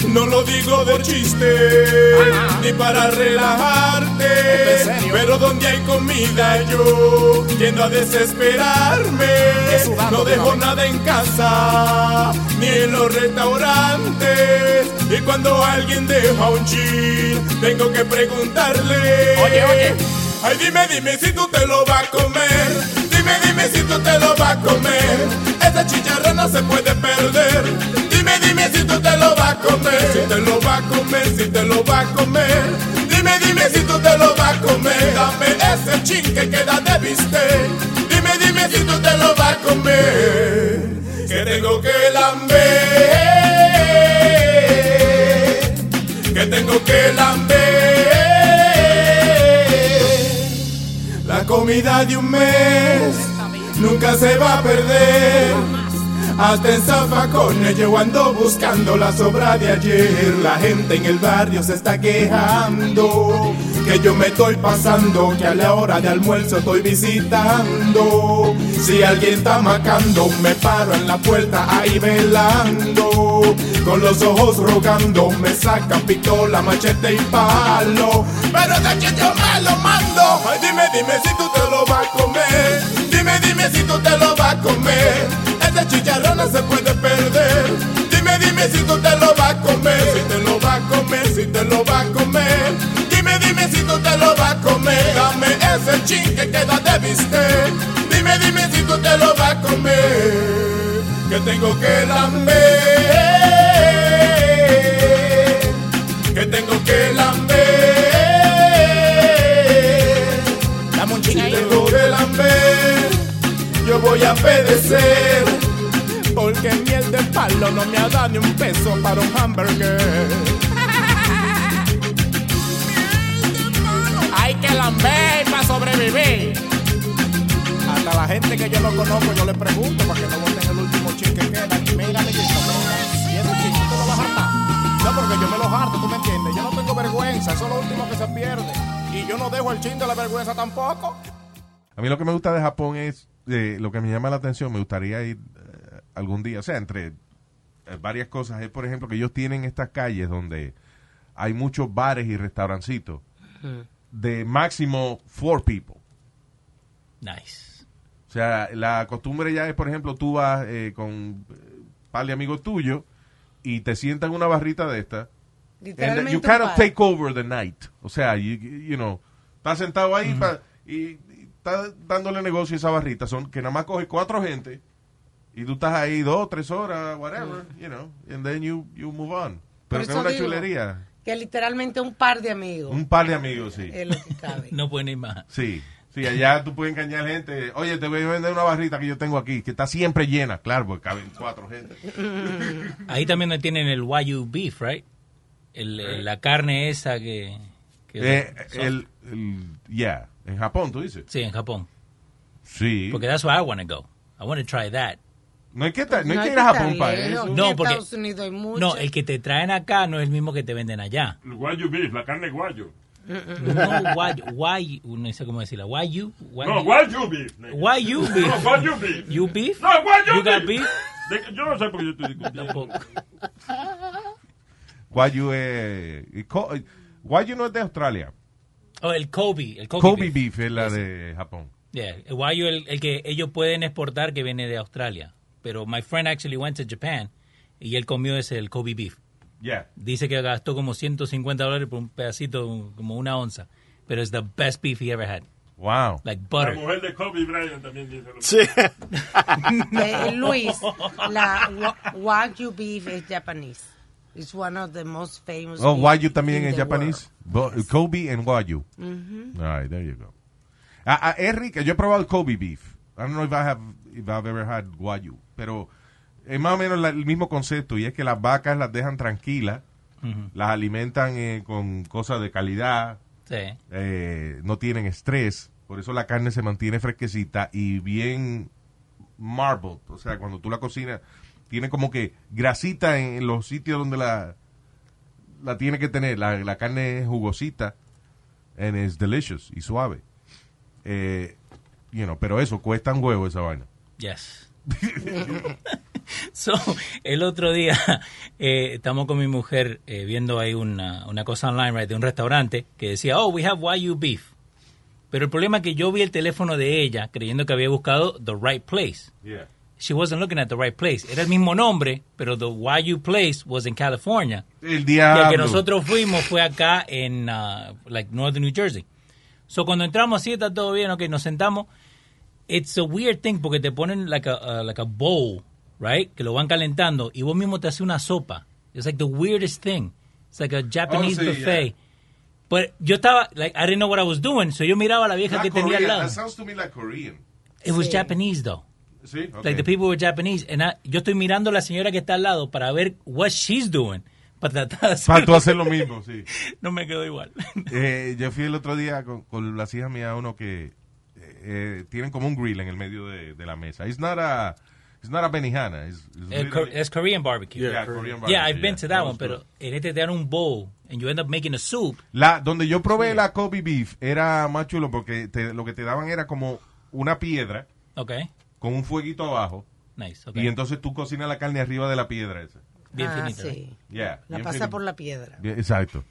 No lo digo de chiste, ni para relajarte, pero donde hay comida yo tiendo a desesperarme. No dejo nada en casa, ni en los restaurantes, y cuando alguien deja un chin, tengo que preguntarle, oye, oye, ay, dime, dime si tú te lo vas a comer. Dime, dime si tú te lo vas a comer. Esa chicharra no se puede perder. Dime, dime si tú te lo vas a comer. Si te lo vas a comer, si te lo vas a comer. Dime, dime si tú te lo vas a comer. Dame ese chin que queda de bistec. Dime, dime si tú te lo vas a comer. Que tengo que lamber. Que tengo que lamber. La comida de un mes nunca se va a perder. Hasta en zafacones yo ando buscando la sobra de ayer. La gente en el barrio se está quejando que yo me estoy pasando, que a la hora de almuerzo estoy visitando. Si alguien está macando, me paro en la puerta ahí velando. Con los ojos rogando, me sacan pistola, machete y palo. Pero de que yo me lo mando. Ay, dime, dime si tú te lo vas a comer. Dime, dime si tú te lo vas a comer. Este chicharrón no se puede perder. Dime, dime si tú te lo vas a comer. Si te lo vas a comer, si te lo vas a comer. Dime, dime si tú te lo vas a comer. Dame ese chin que queda de bistec. Dime, dime si tú te lo vas a comer. Que tengo que lamber. Que tengo que lamber. Dame un chin ahí. Tengo que lamber. Yo voy a pedecer, porque miel de palo no me ha dado ni un peso para un hamburger. Hay que lamber para sobrevivir. Hasta la gente que yo no conozco yo le pregunto para que no boten el último chin que queda. Mira, amiguito, mira, y ese chin tú lo vas a hartar. No, porque yo me lo harto, tú me entiendes. Yo no tengo vergüenza, eso es lo último que se pierde. Y yo no dejo el chin de la vergüenza tampoco. A mí lo que me gusta de Japón es, eh, lo que me llama la atención, me gustaría ir eh, algún día, o sea, entre eh, varias cosas, es por ejemplo que ellos tienen estas calles donde hay muchos bares y restaurancitos uh-huh. de máximo four people. Nice. O sea, la costumbre ya es, por ejemplo, tú vas eh, con un par de amigos tuyos y te sientas en una barrita de esta. Literalmente you kind of take over the night. O sea, you, you know, estás sentado ahí uh-huh. pa, y está dándole negocio a esa barrita, son que nada más coge cuatro gente y tú estás ahí dos, tres horas, whatever, mm. you know, and then you, you move on. Pero que es una chulería. Que literalmente un par de amigos. Un par de amigos, sí. Es lo que cabe. No pueden ir más. Sí, sí, allá tú puedes engañar gente. Oye, te voy a vender una barrita que yo tengo aquí, que está siempre llena. Claro, porque caben cuatro gente. Ahí también tienen el Wagyu beef, right? El, el, la carne esa que... que eh, el, el, yeah. ¿En Japón, tú dices? Sí, en Japón. Sí. Porque that's where I want to go. I want to try that. No hay que, ta- no hay no que ir a Japón para eso. No, porque no, el que te traen acá no es el mismo que te venden allá. El Wagyu beef, la carne guayo. No, Wagyu, Wagyu, no sé cómo decirla. Wagyu, Wagyu. No, Wagyu beef. Wagyu beef. No, Wagyu beef. You beef? No, Wagyu you got beef. beef? De, yo no sé por qué yo estoy discutiendo. Wagyu es... Wagyu no es de Australia. Oh, el Kobe. El Kobe, Kobe beef. beef es la de Japón. Yeah, el Wagyu el, el que ellos pueden exportar que viene de Australia. Pero my friend actually went to Japan y él comió ese, el Kobe beef. Yeah. Dice que gastó como ciento cincuenta dólares por un pedacito, como una onza. Pero es the best beef he ever had. Wow. Like butter. La mujer de Kobe Bryant también dice lo mismo. Sí. eh, Luis, la wa- Wagyu beef es japonés. It's one of the most famous. Oh, Wagyu también es the japonés. Bo- Yes. Kobe and Wagyu. Mm-hmm. All right, there you go. Ah, ah, es rica. Yo he probado el Kobe beef. I don't know if I have, if I've ever had Wagyu, pero es más o menos la, el mismo concepto, y es que las vacas las dejan tranquilas, uh-huh. las alimentan eh, con cosas de calidad, sí. eh, no tienen estrés, por eso la carne se mantiene fresquecita y bien marbled, o sea, cuando tú la cocinas, tiene como que grasita en, en los sitios donde la, la tiene que tener, la, la carne es jugosita, and it's delicious y suave. Eh, you know, pero eso, cuesta un huevo esa vaina. Yes. So, el otro día eh, estamos con mi mujer eh, viendo ahí una, una cosa online, right, de un restaurante que decía, oh, we have Wagyu beef. Pero el problema es que yo vi el teléfono de ella creyendo que había buscado the right place. Yeah. She wasn't looking at the right place. Era el mismo nombre, pero the Wagyu place was in California. El diablo. Y el que nosotros fuimos fue acá en uh, like Northern New Jersey. So cuando entramos así está todo bien, ok, nos sentamos. It's a weird thing porque te ponen like a uh, like a bowl, right? Que lo van calentando y vos mismo te haces una sopa. It's like the weirdest thing. It's like a Japanese oh, sí, buffet. Yeah. But yo estaba, like, I didn't know what I was doing, so yo miraba a la vieja Not que tenía al Korean. lado. That sounds to me like Korean. It was Sí. Japanese, though. Sí, okay. Like, the people were Japanese. And I- yo estoy mirando a la señora que está al lado para ver what she's doing. Para tratar de hacer- Para tú hacer lo mismo, sí. No me quedó igual. Eh, yo fui el otro día con, con las hijas mías a uno que eh, tienen como un grill en el medio de, de la mesa. It's not a, it's not a Benihana. It's, it's Eh, really- Cor- Es Korean barbecue. Yeah, Korean barbecue, Yeah, I've been yeah. to that That one, was pero good. en este te dan un bowl and you end up making a soup. La, donde yo probé la Kobe beef era más chulo porque te- lo que te daban era como una piedra Okay, con un fueguito abajo nice. Okay. y entonces tú cocinas la carne arriba de la piedra esa. Bien Ah, finita. sí. Yeah, La bien pasa finito. por la piedra. Bien, exacto.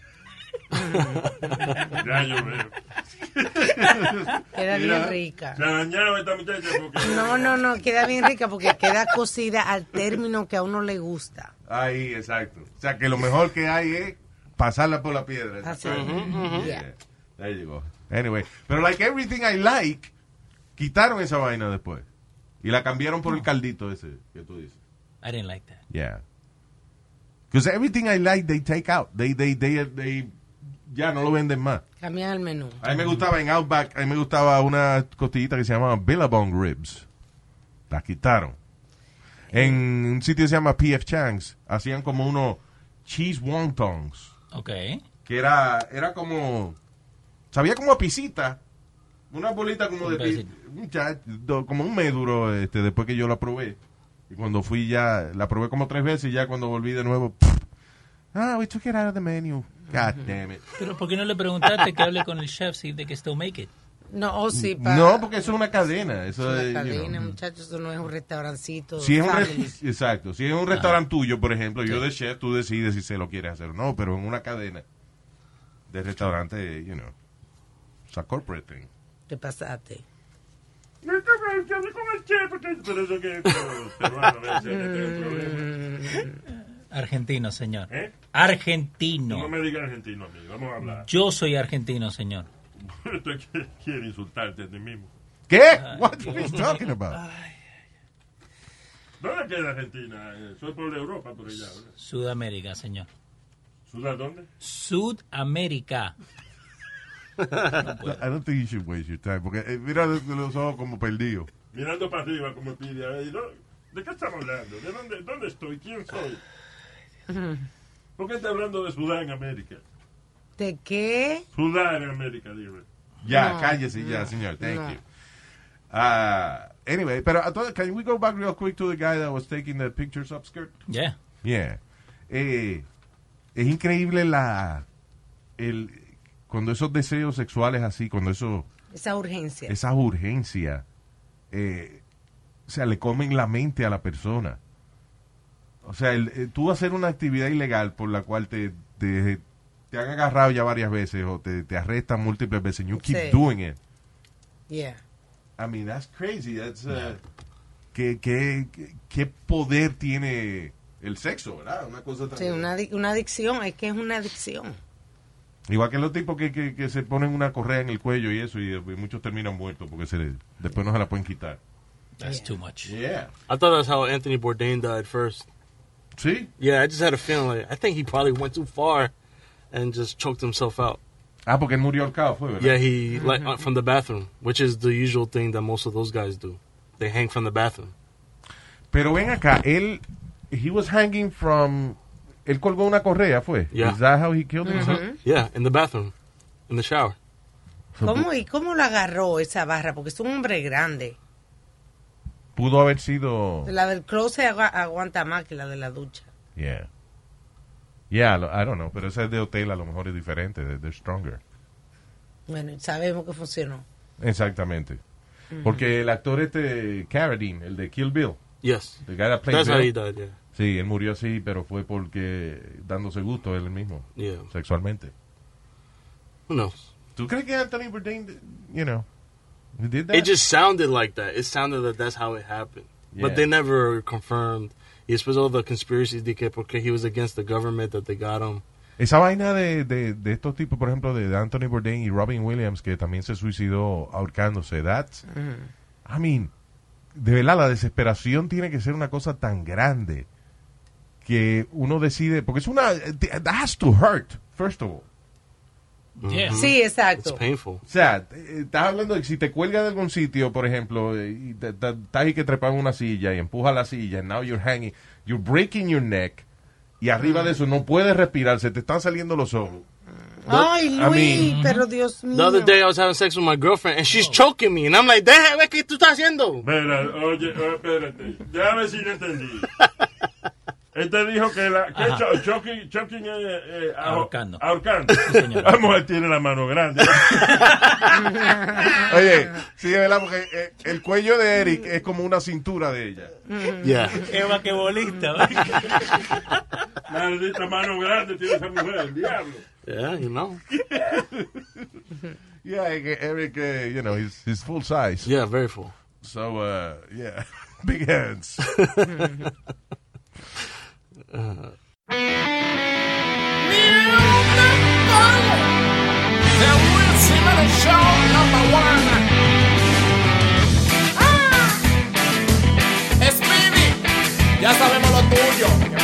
Ya yo veo. Queda Mira, bien rica. Se ha dañado esta muchacha porque... No, no, no, queda bien rica porque queda cocida al término que a uno le gusta. Ahí, exacto. O sea, que lo mejor que hay es pasarla por la piedra. esa Así. carne. Ujú, ujú. Yeah. There you go. Anyway, pero like everything I like, quitaron esa vaina después. Y la cambiaron por el caldito ese que tú dices. I didn't like that. Yeah. Because everything I like, they take out. They, they, they, they, ya no lo venden más. Cambian el menú. A mí me gustaba en Outback, a mí me gustaba una costillita que se llamaba Billabong Ribs. La quitaron. En un sitio que se llama P F Chang's, hacían como unos cheese wontons. Okay. Que era, era como, sabía como a pisita. Una bolita como Un de, pi- pedacito. un cha- do- como un méduro, este, después que yo la probé. Y cuando fui ya, la probé como tres veces y ya cuando volví de nuevo, pff, ah, we took it out of the menu. God damn it. Pero ¿por qué no le preguntaste que hable con el chef si de que still make it? No, oh, sí, pa- No, porque eso es una cadena. Eso es es, una you know. cadena, muchachos, eso no es un restaurancito. Si es un re- family. exacto, si es un restaurante tuyo, por ejemplo, yo de chef, tú decides si se lo quieres hacer o no, pero en una cadena de restaurante, you know, it's a corporate thing. Te pasaste. No, no, no, que hable con el chef, porque- pero eso que es peruano, ¿ves? Que tengo un problema. Argentino, señor. ¿Eh? Argentino. No me digas argentino a mí, vamos a hablar. Yo soy argentino, señor. Usted quiere- quiere insultarte a ti mismo. ¿Qué? What are you talking about? ¿Dónde queda Argentina? Eh, Soy por Europa, por allá, ¿verdad? Sudamérica, señor. ¿Sudá dónde? Sudamérica. I don't think you should waste your time, porque eh, mira los, los ojos como perdidos. Mirando para arriba como pide. a ver, ¿no? ¿De qué estamos hablando? ¿De dónde, dónde estoy? ¿Quién soy? ¿Por qué está hablando de Sudán, América? ¿De qué? Sudán, América, dime. Ya, No, cállese ya, no, señor. Thank no. you. Uh, anyway, pero a todo- can we go back real quick to the guy that was taking the pictures upskirt? Yeah. Yeah. Eh, es increíble la el cuando esos deseos sexuales así, cuando eso Esa urgencia. esas urgencias eh, o sea, le comen la mente a la persona. O sea, el, eh, tú hacer una actividad ilegal por la cual te, te, te han agarrado ya varias veces o te, te arrestan múltiples veces, you keep Sí. doing it. Yeah. I mean, that's crazy. That's, uh, ¿qué, qué, qué, qué poder tiene el sexo, ¿verdad? Una cosa tan... Sí, una, adic- una adicción, es que es una adicción. Igual que los tipos que, que, que se ponen una correa en el cuello y eso, y, y muchos terminan muertos porque se le- después no se la pueden quitar. That's too much. Yeah. I thought that's how Anthony Bourdain died first. ¿Sí? Yeah, I just had a feeling like I think he probably went too far and just choked himself out. Ah, porque él murió ahorcado, fue, ¿verdad? Yeah, he like uh, from the bathroom, which is the usual thing that most of those guys do. They hang from the bathroom. Pero ven acá, él, he was hanging from, él colgó una correa, ¿fue? Yeah. Is that how he killed himself? Yeah, in the bathroom, in the shower. ¿Cómo, ¿Y cómo lo agarró esa barra? Porque es un hombre grande. Pudo haber sido... La del closet agu- aguanta más que la de la ducha. Yeah. Yeah, lo- I don't know, pero esa es de hotel, a lo mejor es diferente, they're, they're stronger. Bueno, sabemos que funcionó. Exactamente. Ujú. Porque el actor este, Carradine, el de Kill Bill, Yes. The guy that played That's Bill. how he died, yeah. Sí, él murió así, pero fue porque dándose gusto él mismo. Yeah. Sexualmente. Who knows? ¿Tú crees que Anthony Bourdain, you know, he did that? It just sounded like that. It sounded that that's how it happened. Yeah. But they never confirmed. Y después all the conspiracies de que porque he was against the government that they got him. Esa vaina de, de, de estos tipos, por ejemplo, de Anthony Bourdain y Robin Williams, que también se suicidó ahorcándose. That's, I mean, de verdad, la desesperación tiene que ser una cosa tan grande que uno decide, porque es una, that has to hurt, first of all. Yeah. Sí, exacto. It's painful. O sea, eh, estás hablando de que si te cuelgas de algún sitio, por ejemplo, eh, y te- te- estás ahí que trepas en una silla y empujas la silla, and now you're hanging, you're breaking your neck, y arriba de eso no puedes respirar, se te están saliendo los ojos. Ay, I Luis, mean- pero Dios mío. The other day I was having sex with my girlfriend and she's choking me and I'm like, déjame, ¿qué tú estás haciendo? Espera, oye, oh, espérate. Déjame si no entendí. Este dijo que la que Ajá. cho- choking, choking eh, eh, aho- Ahorcando. ahorcando. señor. La mujer tiene la mano grande. Oye, sí, de verdad, porque eh, el cuello de Eric es como una cintura de ella. Yeah. Qué vaquebolista. Maldita mano grande tiene esa mujer, el diablo. Yeah, you know. Yeah, que Eric, eh, you know, he's, he's full size. Yeah, very full. So, uh, yeah, big hands. The Will Simmons Show number one. ¡Ah! Speedy, ya sabemos lo tuyo.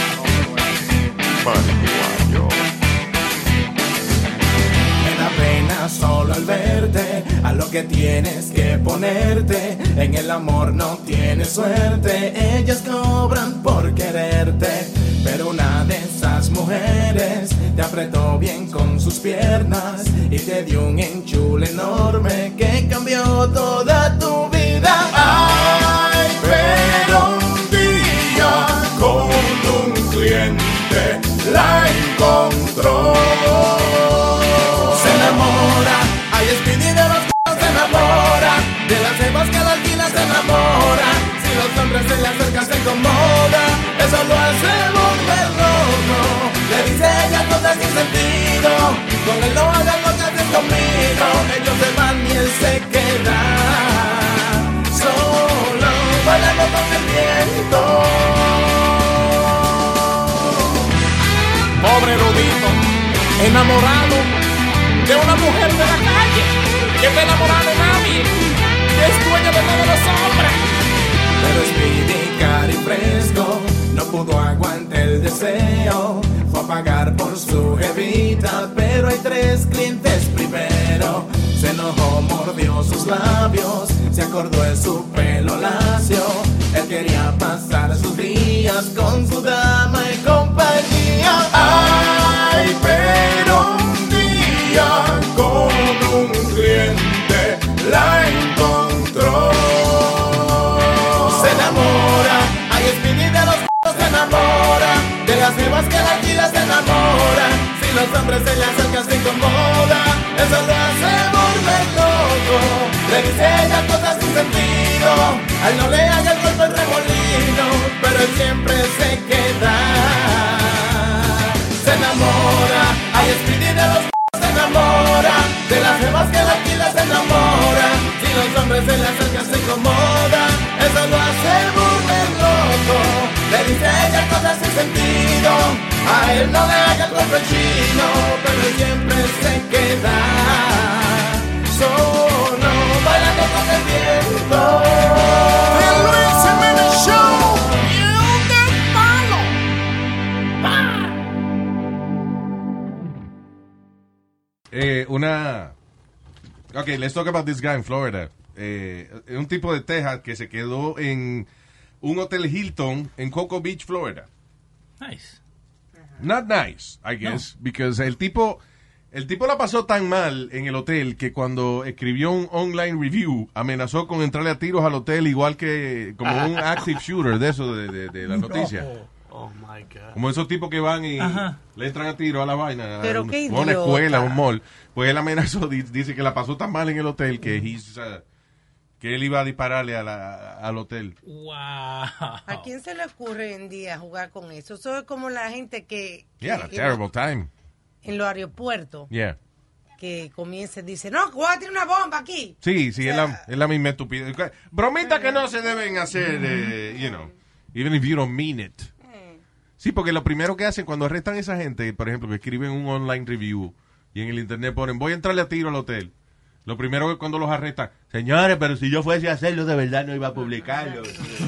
Me da pena solo al verte, a lo que tienes que ponerte. En el amor no tienes suerte, ellas cobran por quererte. Pero una de esas mujeres te apretó bien con sus piernas y te dio un enchule enorme que cambió toda tu vida. Ay, pero un día con un cliente la encontró. Se enamora, ay, Speedy de los c***, se enamora. De las cebas que la alquila se enamora. Si los hombres se le acercan se incomoda. Eso lo hace volver loco. Le dice ella cosas sin sentido. Con él no hagan lo que haces conmigo. Ellos se van y él se queda solo bailando con el viento. Pobre Rudito, enamorado de una mujer de la calle, que está enamorada de nadie, que es dueña de todos los hombres. Pero Speedy, cari fresco, no pudo aguantar el deseo. Fue a pagar por su jevita, pero hay tres clientes primero. Se enojó, mordió sus labios, se acordó de su pelo lacio. Él quería pasar sus días con su dama y compañía. Ay, pero un día con un cliente la encontró. Se enamora, ay, Speedy de los c***, se enamora. De las vivas que la alquila se enamora. Si los hombres se le acercan se incomoda. Eso lo hace volver loco. Le dice ella cosas sin sentido. A él no le haga el golpe el remolino, pero él siempre se queda. Se enamora, ay, Speedy de los c***, se enamora. De las vivas que la alquila se enamora. Si los hombres se le acercan se incomoda. Eso lo hace volver loco. Le dice ella cosas sin sentido. A él no le haga el golpe chino, pero él siempre se queda solo bailando con el viento. The Luis Jiménez Show, you the palo. Eh, una... Okay, let's talk about this guy in Florida. Eh, un tipo de Texas que se quedó en un hotel Hilton en Cocoa Beach, Florida. Nice. Not nice, I guess, because el tipo, el tipo la pasó tan mal en el hotel que cuando escribió un online review amenazó con entrarle a tiros al hotel igual que como un active shooter de eso de, de, de la noticia. Oh my God. Como esos tipos que van y Ajá. le entran a tiro a la vaina. Pero a un- qué a una idiota. escuela, a un mall. Pues él amenazó, di- dice que la pasó tan mal en el hotel que he's, uh, que él iba a dispararle a la, al hotel. Wow. ¿A quién se le ocurre hoy en día jugar con eso? Eso es como la gente que... que Yeah, a terrible time. En los aeropuertos. Yeah. Que comienza y dice, no, voy a tirar una bomba aquí. Sí, sí, O sea, es, la, es la misma estupidez. Bromitas que no se deben hacer, eh, you know, even if you don't mean it. Sí, porque lo primero que hacen cuando arrestan a esa gente, por ejemplo, que escriben un online review y en el internet ponen, voy a entrarle a tiro al hotel. Lo primero que cuando los arrestan, señores, pero si yo fuese a hacerlo de verdad no iba a publicarlo.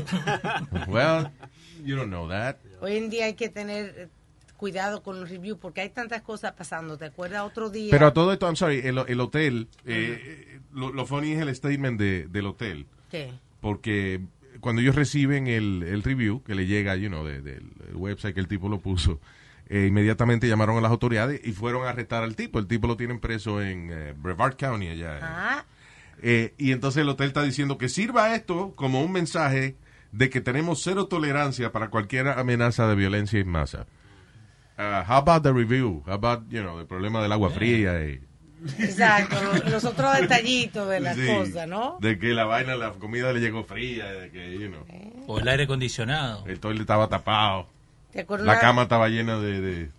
Well, you don't know that. Hoy en día hay que tener cuidado con los reviews porque hay tantas cosas pasando. ¿Te acuerdas otro día? Pero a todo esto, I'm sorry, el, el hotel, eh, lo, lo funny es el statement de, del hotel. ¿Qué? Porque cuando ellos reciben el, el review que le llega, you know, de, del el website que el tipo lo puso, eh, inmediatamente llamaron a las autoridades y fueron a arrestar al tipo. El tipo lo tienen preso en eh, Brevard County allá. Ah. Eh, y entonces el hotel está diciendo que sirva esto como un mensaje de que tenemos cero tolerancia para cualquier amenaza de violencia en masa. Uh, how about the review? How about, you know, el problema del agua fría y... Exacto, los, los otros detallitos de las Sí, cosas, ¿no? de que la vaina, la comida le llegó fría, de que, you know. O el aire acondicionado. El toilet estaba tapado. ¿Te acuerdas? La cama estaba llena de, de,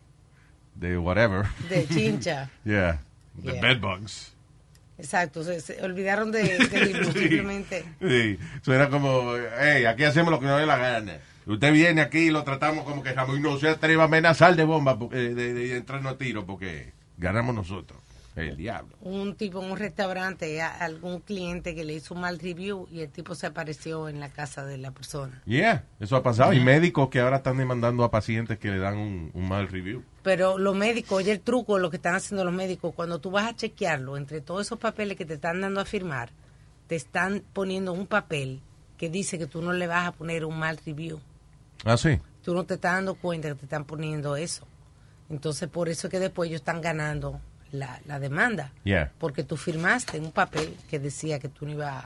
de whatever. De chincha. Yeah, the Yeah. bed bugs. Exacto, se, se olvidaron de, de review, Sí. simplemente. Sí, eso era como, hey, aquí hacemos lo que nos dé la gana. Usted viene aquí y lo tratamos como que jamás y no se atreva a amenazar de bomba, porque, de, de, de entrarnos a tiro, porque ganamos nosotros. El diablo. Un tipo en un restaurante, a algún cliente que le hizo un mal review y el tipo se apareció en la casa de la persona. Yeah, eso ha pasado. Y médicos que ahora están demandando a pacientes que le dan un, un mal review. Pero los médicos, oye el truco de lo que están haciendo los médicos, cuando tú vas a chequearlo, entre todos esos papeles que te están dando a firmar, te están poniendo un papel que dice que tú no le vas a poner un mal review. Ah, sí. Tú no te estás dando cuenta que te están poniendo eso. Entonces, por eso es que después ellos están ganando la, la demanda. Yeah. Porque tú firmaste un papel que decía que tú no ibas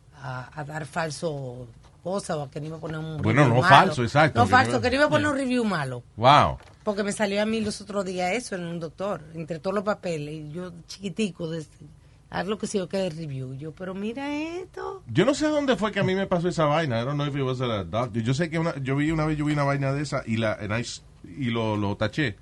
a, a dar falso cosa o que no iba a poner un Bueno, review no malo. falso, exacto. No Que falso, no- que no iba a poner un review malo. Wow. Porque me salió a mí los otros días eso en un doctor, entre todos los papeles, y yo chiquitico, de, haz lo que sea que de review. Yo, pero mira esto. Yo no sé dónde fue que a mí me pasó esa vaina. I don't know if it was a doctor. Yo sé que una, yo vi una vez, yo vi una vaina de esa y la and I s- y lo, lo taché.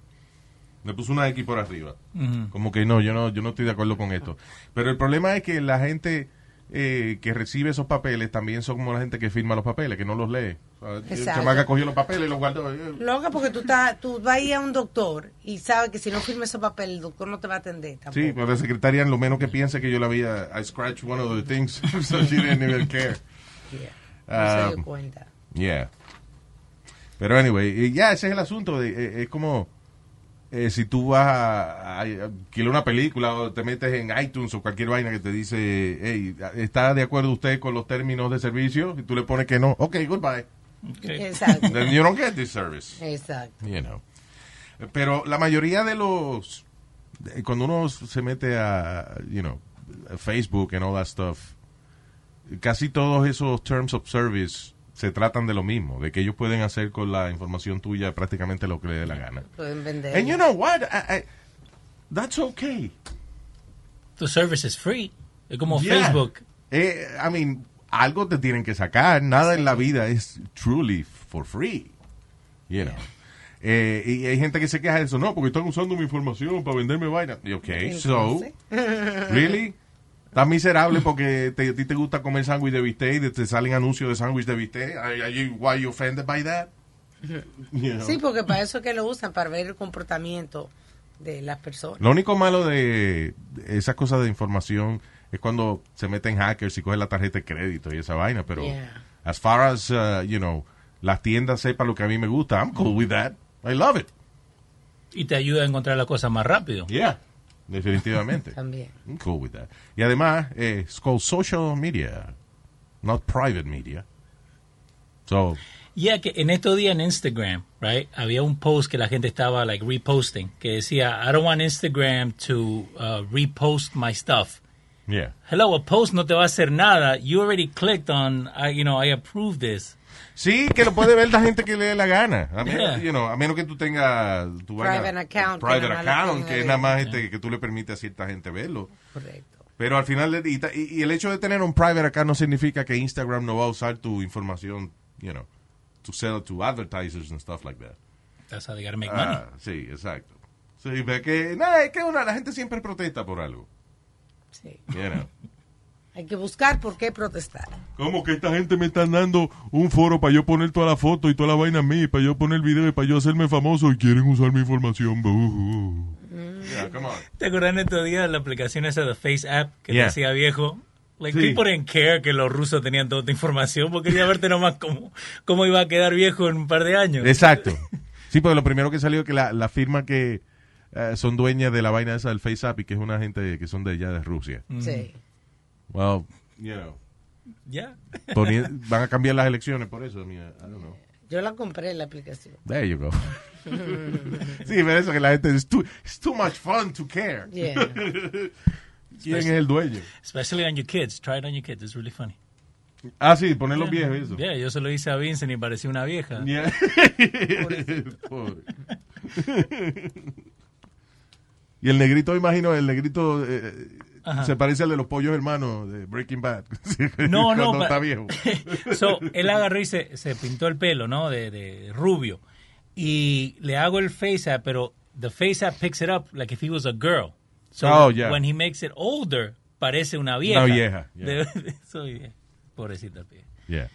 Me puse una X por arriba. Ujú. Como que no, yo no, yo no estoy de acuerdo con esto. Pero el problema es que la gente eh, que recibe esos papeles también son como la gente que firma los papeles, que no los lee. O sea, el Exacto. chamaca cogió los papeles y los guardó. Loca, porque tú, estás, tú vas a ir a un doctor y sabes que si no firmes ese papel, el doctor no te va a atender tampoco. Sí, pero la secretaria lo menos que piensa que yo la había, I scratched one of the things, so she didn't even care. Yeah. No se Um, dio cuenta. Yeah. Pero anyway, y ya ese es el asunto. De, eh, es como eh, si tú vas a, a alquilar una película o te metes en iTunes o cualquier vaina que te dice, hey, ¿está de acuerdo usted con los términos de servicio? Y tú le pones que no. Ok, goodbye. Exacto. Then you don't get this service. Exacto. You know. Pero la mayoría de los, de- cuando uno se mete a, you know, a Facebook and all that stuff, casi todos esos terms of service se tratan de lo mismo, de que ellos pueden hacer con la información tuya prácticamente lo que les dé la gana. Pueden vender. And you know what? I, I, that's okay. The service is free. Es como Yeah. Facebook. Eh, I mean, algo te tienen que sacar. Nada en la vida es truly for free. You know. Eh, y hay gente que se queja de eso. No, porque están usando mi información para venderme vaina. Y ok, so, really? Estás miserable porque te, a ti te gusta comer sándwich de bistec y te salen anuncios de sándwich de bistec. Are, are you, why you offended by that? You know. Sí, porque para eso es que lo usan, para ver el comportamiento de las personas. Lo único malo de esas cosas de información es cuando se meten hackers y cogen la tarjeta de crédito y esa vaina, pero Yeah. as far as, uh, you know, las tiendas sepan lo que a mí me gusta, I'm cool with that. I love it. Y te ayuda a encontrar las cosas más rápido. Yeah, definitivamente. También. I'm cool with that. Y además, eh, it's called social media, not private media. So, Ya que en estos días en Instagram, right, había un post que la gente estaba like reposting que decía, I don't want Instagram to uh, repost my stuff. yeah. Hello, a post no te va a hacer nada. You already clicked on, I, you know, I approve this. Sí, que lo puede ver la gente que le dé la gana. A, menos, Yeah. you know, a menos que tú tengas tu vaina- Private account, que private nada más lo account, tenga que es de- nada más este, que tú le permites a cierta gente verlo. Correcto. Pero al final, de, y, y el hecho de tener un private account no significa que Instagram no va a usar tu información, you know, to sell to advertisers and stuff like that. That's how they gotta make Ah, money. sí, exacto. Sí, pero que, nada, es que una, la gente siempre protesta por algo. Sí. You know. Hay que buscar por qué protestar. ¿Cómo que esta gente me están dando un foro para yo poner toda la foto y toda la vaina a mí, para yo poner el video y para yo hacerme famoso y quieren usar mi información? Uh, Yeah, come on. ¿Te acuerdas en estos días de la aplicación esa de Face App que Yeah. te hacía viejo? Like, Sí. people didn't care que los rusos tenían toda esta información porque quería verte nomás cómo, cómo iba a quedar viejo en un par de años. Exacto. Sí, porque lo primero que salió es que la, la firma que eh, son dueñas de la vaina esa del Face App y que es una gente que son de allá de Rusia. Sí. Well, you know. Ya. Poni- van a cambiar las elecciones por eso. Mira, I don't know. Yo la compré en la aplicación. There you go. Sí, pero eso que la gente es too, it's too much fun to care. Yeah. ¿Quién es el dueño? Especially on your kids. Try it on your kids. It's really funny. Ah, sí, poner los Yeah. viejos eso. Yeah, yo se lo hice a Vincent y parecía una vieja. Yeah. Pobre. Y el negrito, imagino, el negrito eh, Ajá. se parece al de los pollos hermanos de Breaking Bad. No, no. Cuando pa- está viejo. So, él agarró y se, se pintó el pelo, ¿no? De, de rubio. Y le hago el face app, pero the face app picks it up like if he was a girl. So, Oh, yeah. when he makes it older, parece una vieja. Una vieja, yeah. De- de- so, yeah. Pobrecita pie. Yeah.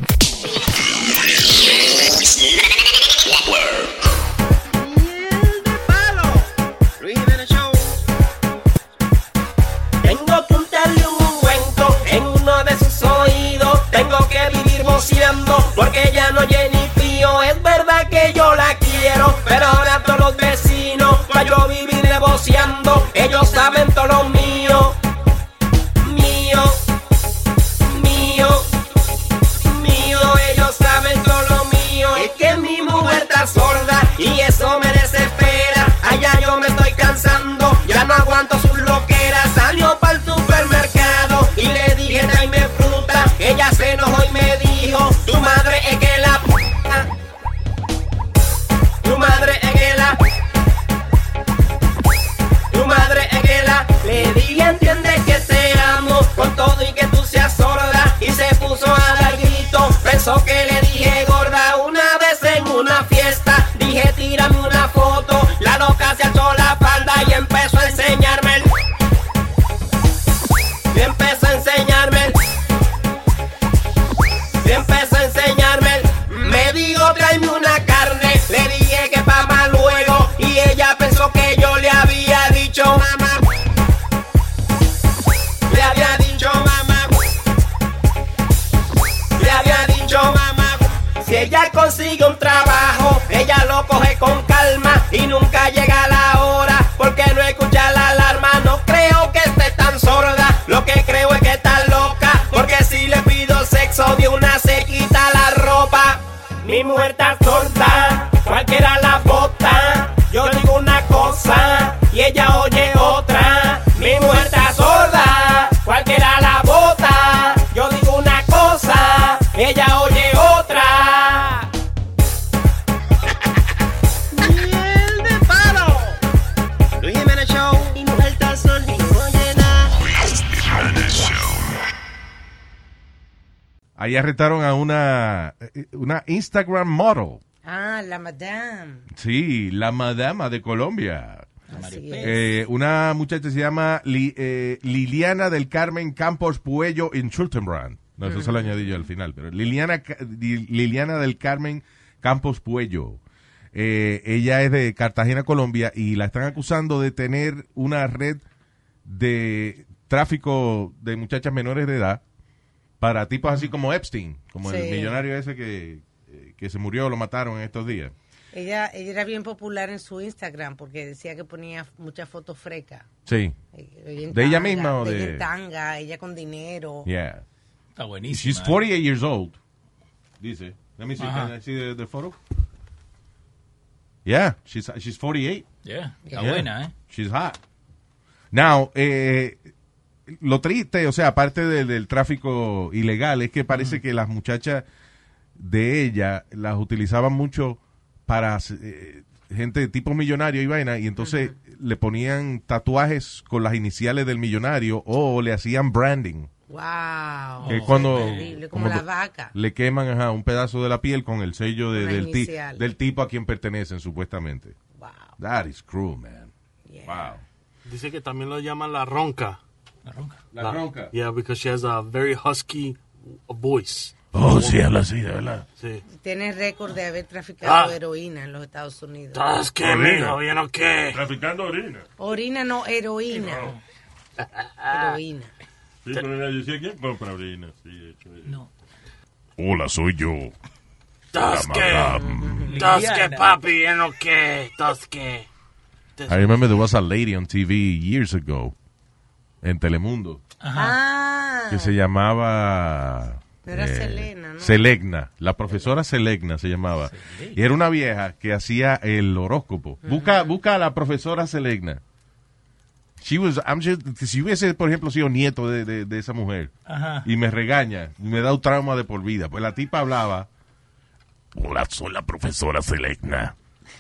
Tengo que untarle un ungüento en uno de sus oídos. Tengo que vivir boceando porque ya no oye ni frío. Es verdad que yo la quiero, pero ahora todos los vecinos, para yo vivir boceando, ellos saben todo lo mío. Mío, mío, mío, ellos saben todo lo mío. Es que mi mujer está sorda y eso me desespera. Allá yo me estoy cansando, ya no aguanto sus loqueras. Salió para el supermercado y le dije tráeme fruta. Ella se enojó y me dijo, tu madre es que la p***. Tu madre es que la Tu madre es que la Le dije entiende que te amo con todo y que tú seas sorda. Y se puso a dar grito, pensó que le dije gorda. Una vez en una fiesta dije tírame una foto. La loca se alzó la falda y empezó a enseñarme el Y empezó a enseñarme el Y empezó a enseñarme el Me dijo tráeme una carne. Le dije que pa' más luego y ella pensó que yo le había dicho mamá. Le había dicho mamá. Le había dicho mamá. Si ella consigue un trabajo, ella lo coge con calma y nunca llega la hora porque no escucha la alarma. No creo que esté tan sorda, lo que creo es que está loca, porque si le pido sexo de una se quita la ropa. Mi mujer está sorda, cualquiera la bota. Yo digo una cosa y ella oye otra. Mi mujer está sorda, cualquiera la bota. Yo digo una cosa, ella oye otra. Miel de palo. Luis Jiménez Show. Mi mujer está sorda y no oye nada. Ahí arrestaron a una, una Instagram model. Ah, la madame. Sí, la madama de Colombia. Así es. Eh, una muchacha se llama Li- eh, Liliana del Carmen Campos Puello en Schultenbrand. No, eso se lo añadí yo al final. Pero Liliana, Ca- Di- Liliana del Carmen Campos Puello. Eh, ella es de Cartagena, Colombia, y la están acusando de tener una red de tráfico de muchachas menores de edad para tipos así como Epstein, como el Sí. millonario ese que, eh, que se murió, lo mataron en estos días. Ella, ella era bien popular en su Instagram porque decía que ponía muchas fotos frecas. Sí. Ella en ¿De ella tanga, misma o de de...? ella en tanga, ella con dinero. Yeah. Está buenísima. She's forty-eight years old. Dice. Let me see. Ajá. Can I see the, the photo? Yeah, she's she's forty-eight. Yeah, está Yeah. buena, ¿eh? She's hot. Now, eh, lo triste, o sea, aparte de- del tráfico ilegal, es que parece que las muchachas de ella las utilizaban mucho para eh, gente tipo millonario y vaina, y entonces le ponían tatuajes con las iniciales del millonario o le hacían branding. Wow. Que es cuando terrible, como la vaca. le queman ajá, un pedazo de la piel con el sello de, Una del, ti- inicial. del tipo a quien pertenecen, supuestamente. Wow. That is cruel, man. Yeah. Wow. Dice que también lo llaman la ronca. La ronca. La ronca. Yeah, because she has a very husky voice. Oh, sí, habla así, de verdad. Sí. Tiene récord de haber traficado Ah. heroína en los Estados Unidos. ¿Estás qué, mijo? ¿Bien o qué? Traficando orina. Orina no, heroína. Heroína. Sí, pero ella decía, ¿quién compra orina? Sí, de hecho. No. Hola, soy yo. ¿Estás qué? ¿Estás qué, papi? ¿Bien o qué? ¿Estás qué? I remember there was a lady on T V years ago en Telemundo Ah. que se llamaba No era Selena, ¿no? Selegna, la profesora Selegna se llamaba. Y era una vieja que hacía el horóscopo. Busca, busca a la profesora Selegna. She was, I'm just, si hubiese, por ejemplo, sido nieto de, de, de esa mujer Ajá. y me regaña, me da un trauma de por vida. Pues la tipa hablaba. Hola, soy la profesora Selegna.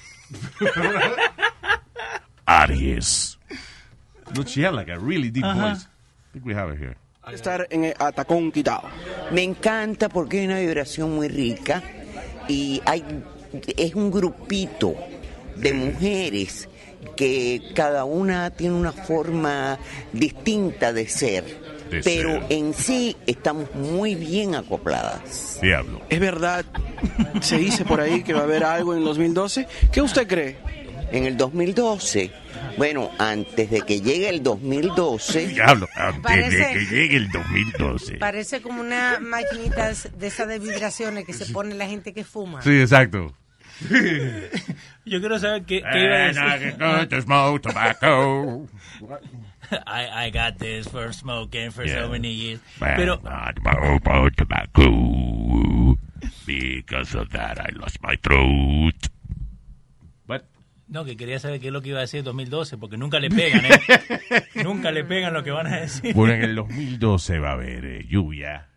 Aries. No, she had like a really deep Ajá. voice. I think we have it here. Estar en el atacón quitado. Me encanta porque hay una vibración muy rica y hay es un grupito de mujeres que cada una tiene una forma distinta de ser, De pero ser. en sí estamos muy bien acopladas. Diablo. Es verdad, se dice por ahí que va a haber algo en el dos mil doce. ¿Qué usted cree? En el dos mil doce, bueno, antes de que llegue el dos mil doce... Diablo, antes Parece- de que llegue el dos mil doce. Parece como una maquinita de esas de vibraciones que se pone la gente que fuma. Sí, exacto. Yo quiero saber qué, qué iba a And I decir. can go to smoke tobacco. I, I got this for smoking for Yeah. so many years. But Pero not smoke tobacco. Because of that I lost my throat. But no, que quería saber qué es lo que iba a decir en dos mil doce, porque nunca le pegan, ¿eh? Nunca le pegan lo que van a decir. bueno, en el dos mil doce va a haber eh, lluvia.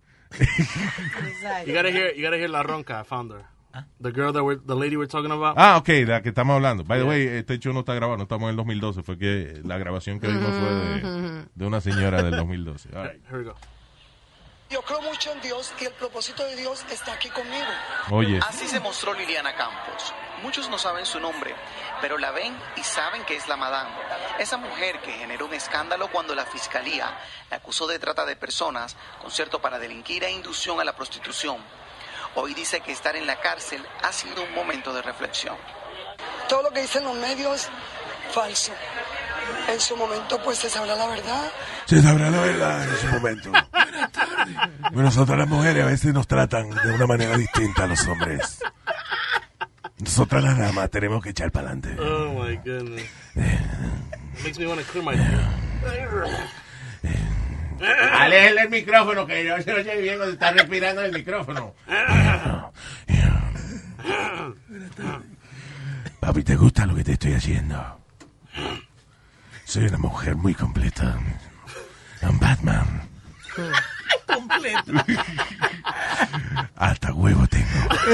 You gotta hear, you gotta hear la ronca. I found her. The girl that we're, the lady we're talking about. Ah, ok, la que estamos hablando. By the Yeah. way, este hecho no está grabado, no estamos en el dos mil doce. Fue que la grabación que vimos fue de, de una señora del dos mil doce. All right. Here we go. Yo creo mucho en Dios y el propósito de Dios está aquí conmigo. Oye. Así se mostró Liliana Campos. Muchos no saben su nombre, pero la ven y saben que es la Madame. Esa mujer que generó un escándalo cuando la fiscalía la acusó de trata de personas, concierto para delinquir e inducción a la prostitución. Hoy dice que estar en la cárcel ha sido un momento de reflexión. Todo lo que dicen los medios, falso. En su momento, pues, se sabrá la verdad. Se sabrá la verdad en su momento. Bueno, nosotras las mujeres a veces nos tratan de una manera distinta a los hombres. Nosotras las damas tenemos que echar para adelante. Oh my goodness. It makes me want to clear my throat. Aléjale el micrófono, que yo se lo oye bien cuando está respirando en el micrófono. Papi, ¿te gusta lo que te estoy haciendo? Soy una mujer muy completa. I'm Batman. Completo. Hasta huevo tengo.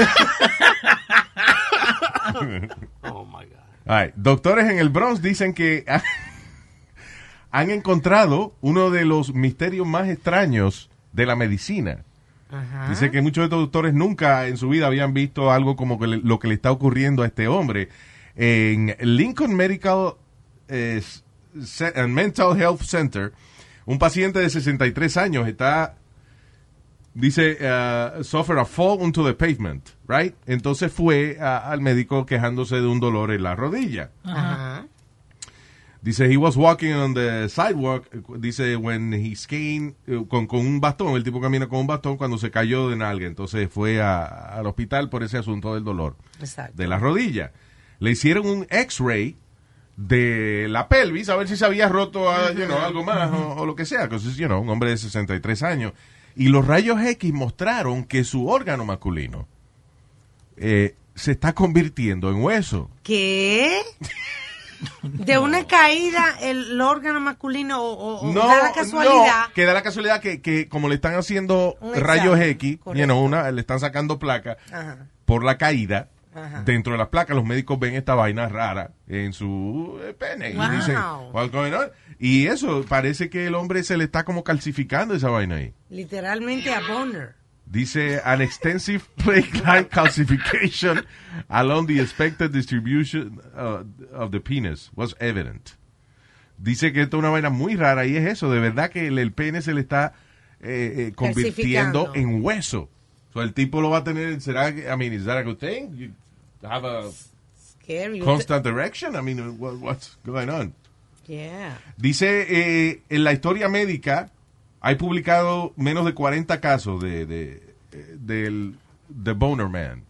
Oh my God. All right. Doctores en el Bronx dicen que ha- han encontrado uno de los misterios más extraños de la medicina. Ajá. Dice que muchos de estos doctores nunca en su vida habían visto algo como que le- lo que le está ocurriendo a este hombre. En Lincoln Medical eh, Se- and Mental Health Center, un paciente de sesenta y tres años está, dice, uh, suffer a fall onto the pavement, right? Entonces fue a- al médico quejándose de un dolor en la rodilla. Ajá. Dice, he was walking on the sidewalk, dice, when he skiing, eh, con, con un bastón, el tipo camina con un bastón cuando se cayó de nalga. Entonces fue a- al hospital por ese asunto del dolor Exacto. de la rodilla. Le hicieron un x-ray de la pelvis a ver si se había roto ah, you know, algo más o, o lo que sea. Entonces, you know, un hombre de sesenta y tres años. Y los rayos X mostraron que su órgano masculino eh, se está convirtiendo en hueso. ¿Qué? De una caída, el órgano masculino o, o- o No, da la casualidad. no, que da la casualidad que, que como le están haciendo Un rayos examen, X, you correcto. know, una, le están sacando placa Ajá. por la caída, Ajá. dentro de las placas los médicos ven esta vaina rara en su eh, pene. Wow. Y dicen, what's going on? Y eso, parece que el hombre se le está como calcificando esa vaina ahí. Literalmente a boner. Dice, an extensive plaque-like calcification along the expected distribution uh, of the penis was evident. Dice que esto es una vaina muy rara y es eso, de verdad que el, el pene se le está eh, eh, convirtiendo en hueso. So, el tipo lo va a tener, será, I mean, is that a good thing? You have a Scary. constant erection? I mean, what, what's going on? Yeah. Dice, eh, en la historia médica hay publicado menos de cuarenta casos de, de, de del The Boner Man.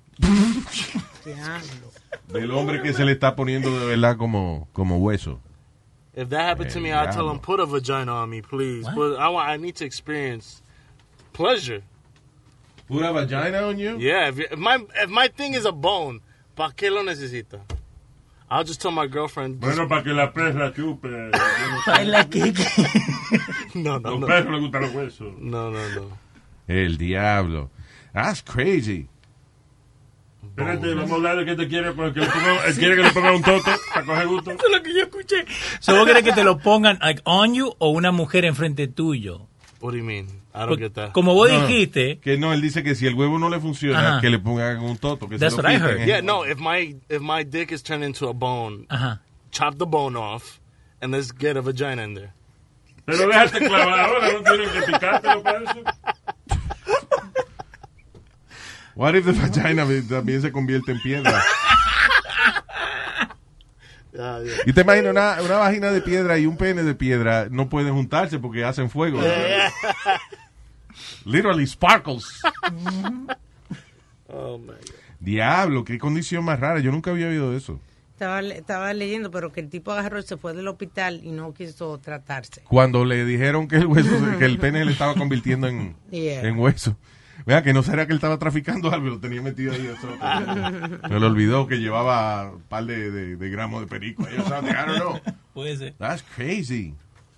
Del hombre que se le está poniendo de verdad como, como hueso. If that happened to me, I'd tell him, put a vagina on me, please. But I, want, I need to experience pleasure. Put a vagina on you? Yeah, if, if my if my thing is a bone, ¿para qué lo necesita? I'll just tell my girlfriend. Bueno, para que la pez la chupe. Baila Kiki. No, no, Los no. perros les gustan los huesos. No, no, no. El diablo. That's crazy. Espérate, vamos a hablar de que te quiere, porque le ponga, él quiere que le ponga un toto para coger gusto. Eso es lo que yo escuché. ¿So vos querés que te lo pongan like, on you o una mujer enfrente tuyo? What do you mean? I don't get that. Como vos No, dijiste. Que no, él dice que si el huevo no le funciona, Ajá. que le pongan un toto. Que That's se lo what I quiten. heard. Yeah, no, if my if my dick is turned into a bone, Ajá. chop the bone off and let's get a vagina in there. Pero déjate clavar ahora, no tienen que picártelo para eso. What if the vagina también se convierte en piedra? Yeah, yeah. Y te imaginas una, una vagina de piedra y un pene de piedra no pueden juntarse porque hacen fuego. Yeah. Literally sparkles. Oh my God. Diablo, qué condición más rara. Yo nunca había oído eso. Estaba, estaba leyendo, pero que el tipo agarró y se fue del hospital y no quiso tratarse. Cuando le dijeron que el hueso, que el pene le estaba convirtiendo en, Yeah. en hueso. Vea, que no será que él estaba traficando algo y lo tenía metido ahí. Eso, me lo olvidó que llevaba un par de, de, de gramos de perico. Ahí, o sea, I don't know. Puede ser. That's crazy.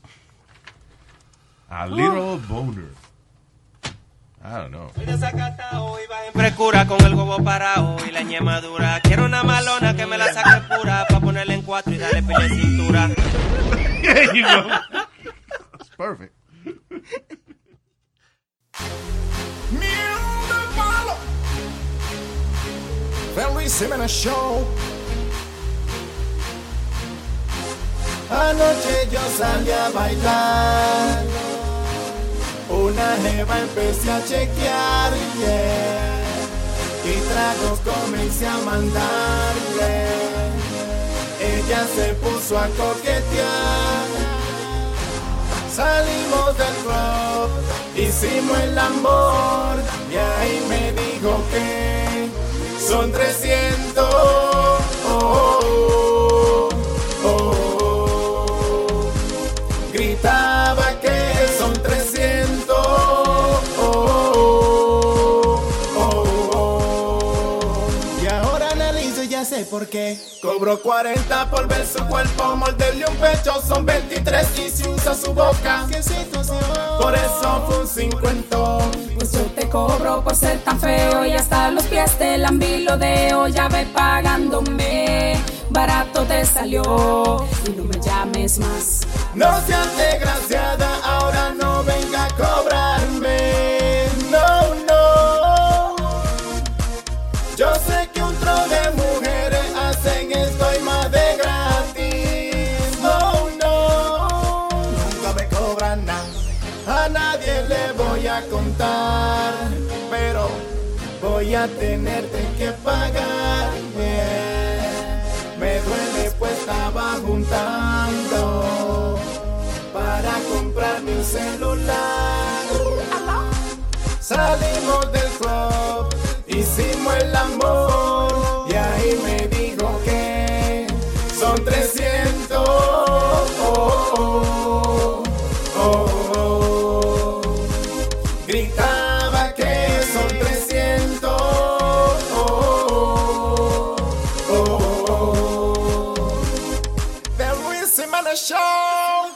A little boner. I don't know. Frescura con el huevo parado y la ñema dura. Quiero una malona que me la saque pura pa' ponerla en cuatro y darle pile cintura. There you go. That's perfect. Miel de palo. The Luis Jiménez Show. Anoche yo salí a bailar. Una jeva empecé a chequear, yeah. Y tragos comencé a mandarle. Ella se puso a coquetear. Salimos del club, hicimos el amor. Y ahí me dijo que son trescientos. Oh, oh, oh, oh. Gritaba que son trescientos. Oh, oh, oh. Y ahora analizo y ya sé por qué. Cobró cuarenta por ver su cuerpo, morderle un pecho son veintitrés. Y si usa su boca, qué situación. Por eso fue un cincuentón. Pues yo te cobro por ser tan feo y hasta los pies te lambilodeo. Ya ve pagándome, barato te salió y no me llames más. No seas desgraciada, ahora no venga a cobrarme. No, no. Yo sé que un tro de mujeres hacen esto y más de gratis. No, no. Nunca me cobran nada. A nadie le voy a contar, pero voy a tenerte que pagar. Yeah. Me duele pues estaba juntando para comprarme un celular. Salimos del club, hicimos el amor y ahí me dijo que son trescientos. Oh, oh, oh, oh. Gritaba que son trescientos. Oh, oh, oh, oh. The Luis Jiménez Show.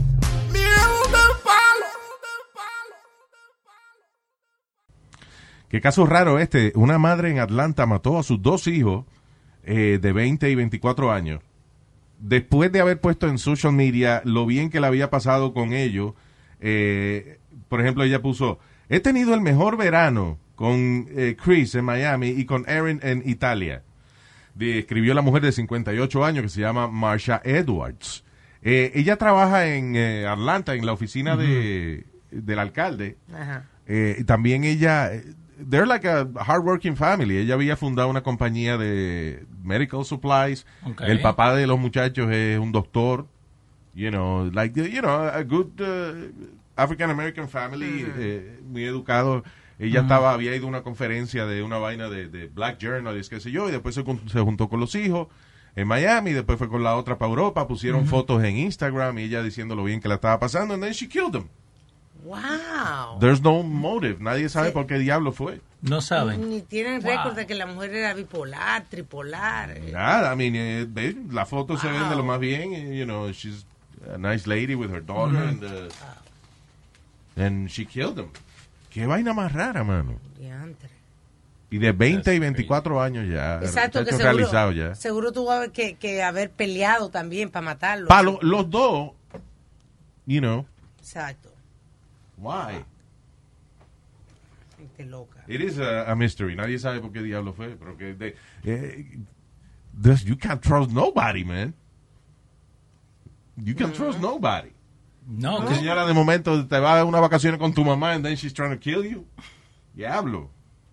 Miel del palo. Qué caso raro este. Una madre en Atlanta mató a sus dos hijos eh, de veinte y veinticuatro años. Después de haber puesto en social media lo bien que le había pasado con ellos. Eh, por ejemplo, ella puso, he tenido el mejor verano con eh, Chris en Miami y con Erin en Italia. De, escribió la mujer de cincuenta y ocho años que se llama Marsha Edwards. Eh, ella trabaja en eh, Atlanta, en la oficina uh-huh. de, del alcalde. Ajá. Eh, y también ella, they're like a hardworking family. Ella había fundado una compañía de medical supplies. Okay. El papá de los muchachos es un doctor. You know, like, you know, a good uh, African American family, uh-huh. eh, muy educado. Ella uh-huh. estaba, había ido a una conferencia de una vaina de, de Black Journalist, qué sé yo, y después se, se juntó con los hijos en Miami, después fue con la otra para Europa, pusieron uh-huh. fotos en Instagram y ella diciendo lo bien que la estaba pasando, and then she killed them. Wow. There's no motive, nadie sabe sí. por qué diablo fue. No saben. Ni tienen wow. récord de que la mujer era bipolar, tripolar. Nada, I mean, eh, la foto wow. se ven de lo más bien, you know, she's a nice lady with her daughter, uh-huh. and, uh, wow. and she killed them. Qué vaina más rara, mano. Diantre. Y de veinte y veinticuatro años ya. Exacto, que seguro, ya. seguro tuvo que, que haber peleado también para matarlo. Para lo, los dos, you know. Exacto. Why? Gente loca. It is a, a mystery. Nadie sabe por qué diablo fue. Pero que de, eh, you can't trust nobody, man. You can't mm-hmm. trust nobody. No, ¿No? que Señora, de momento te vas a una vacaciones con tu mamá and then she's trying to kill you. Diablo.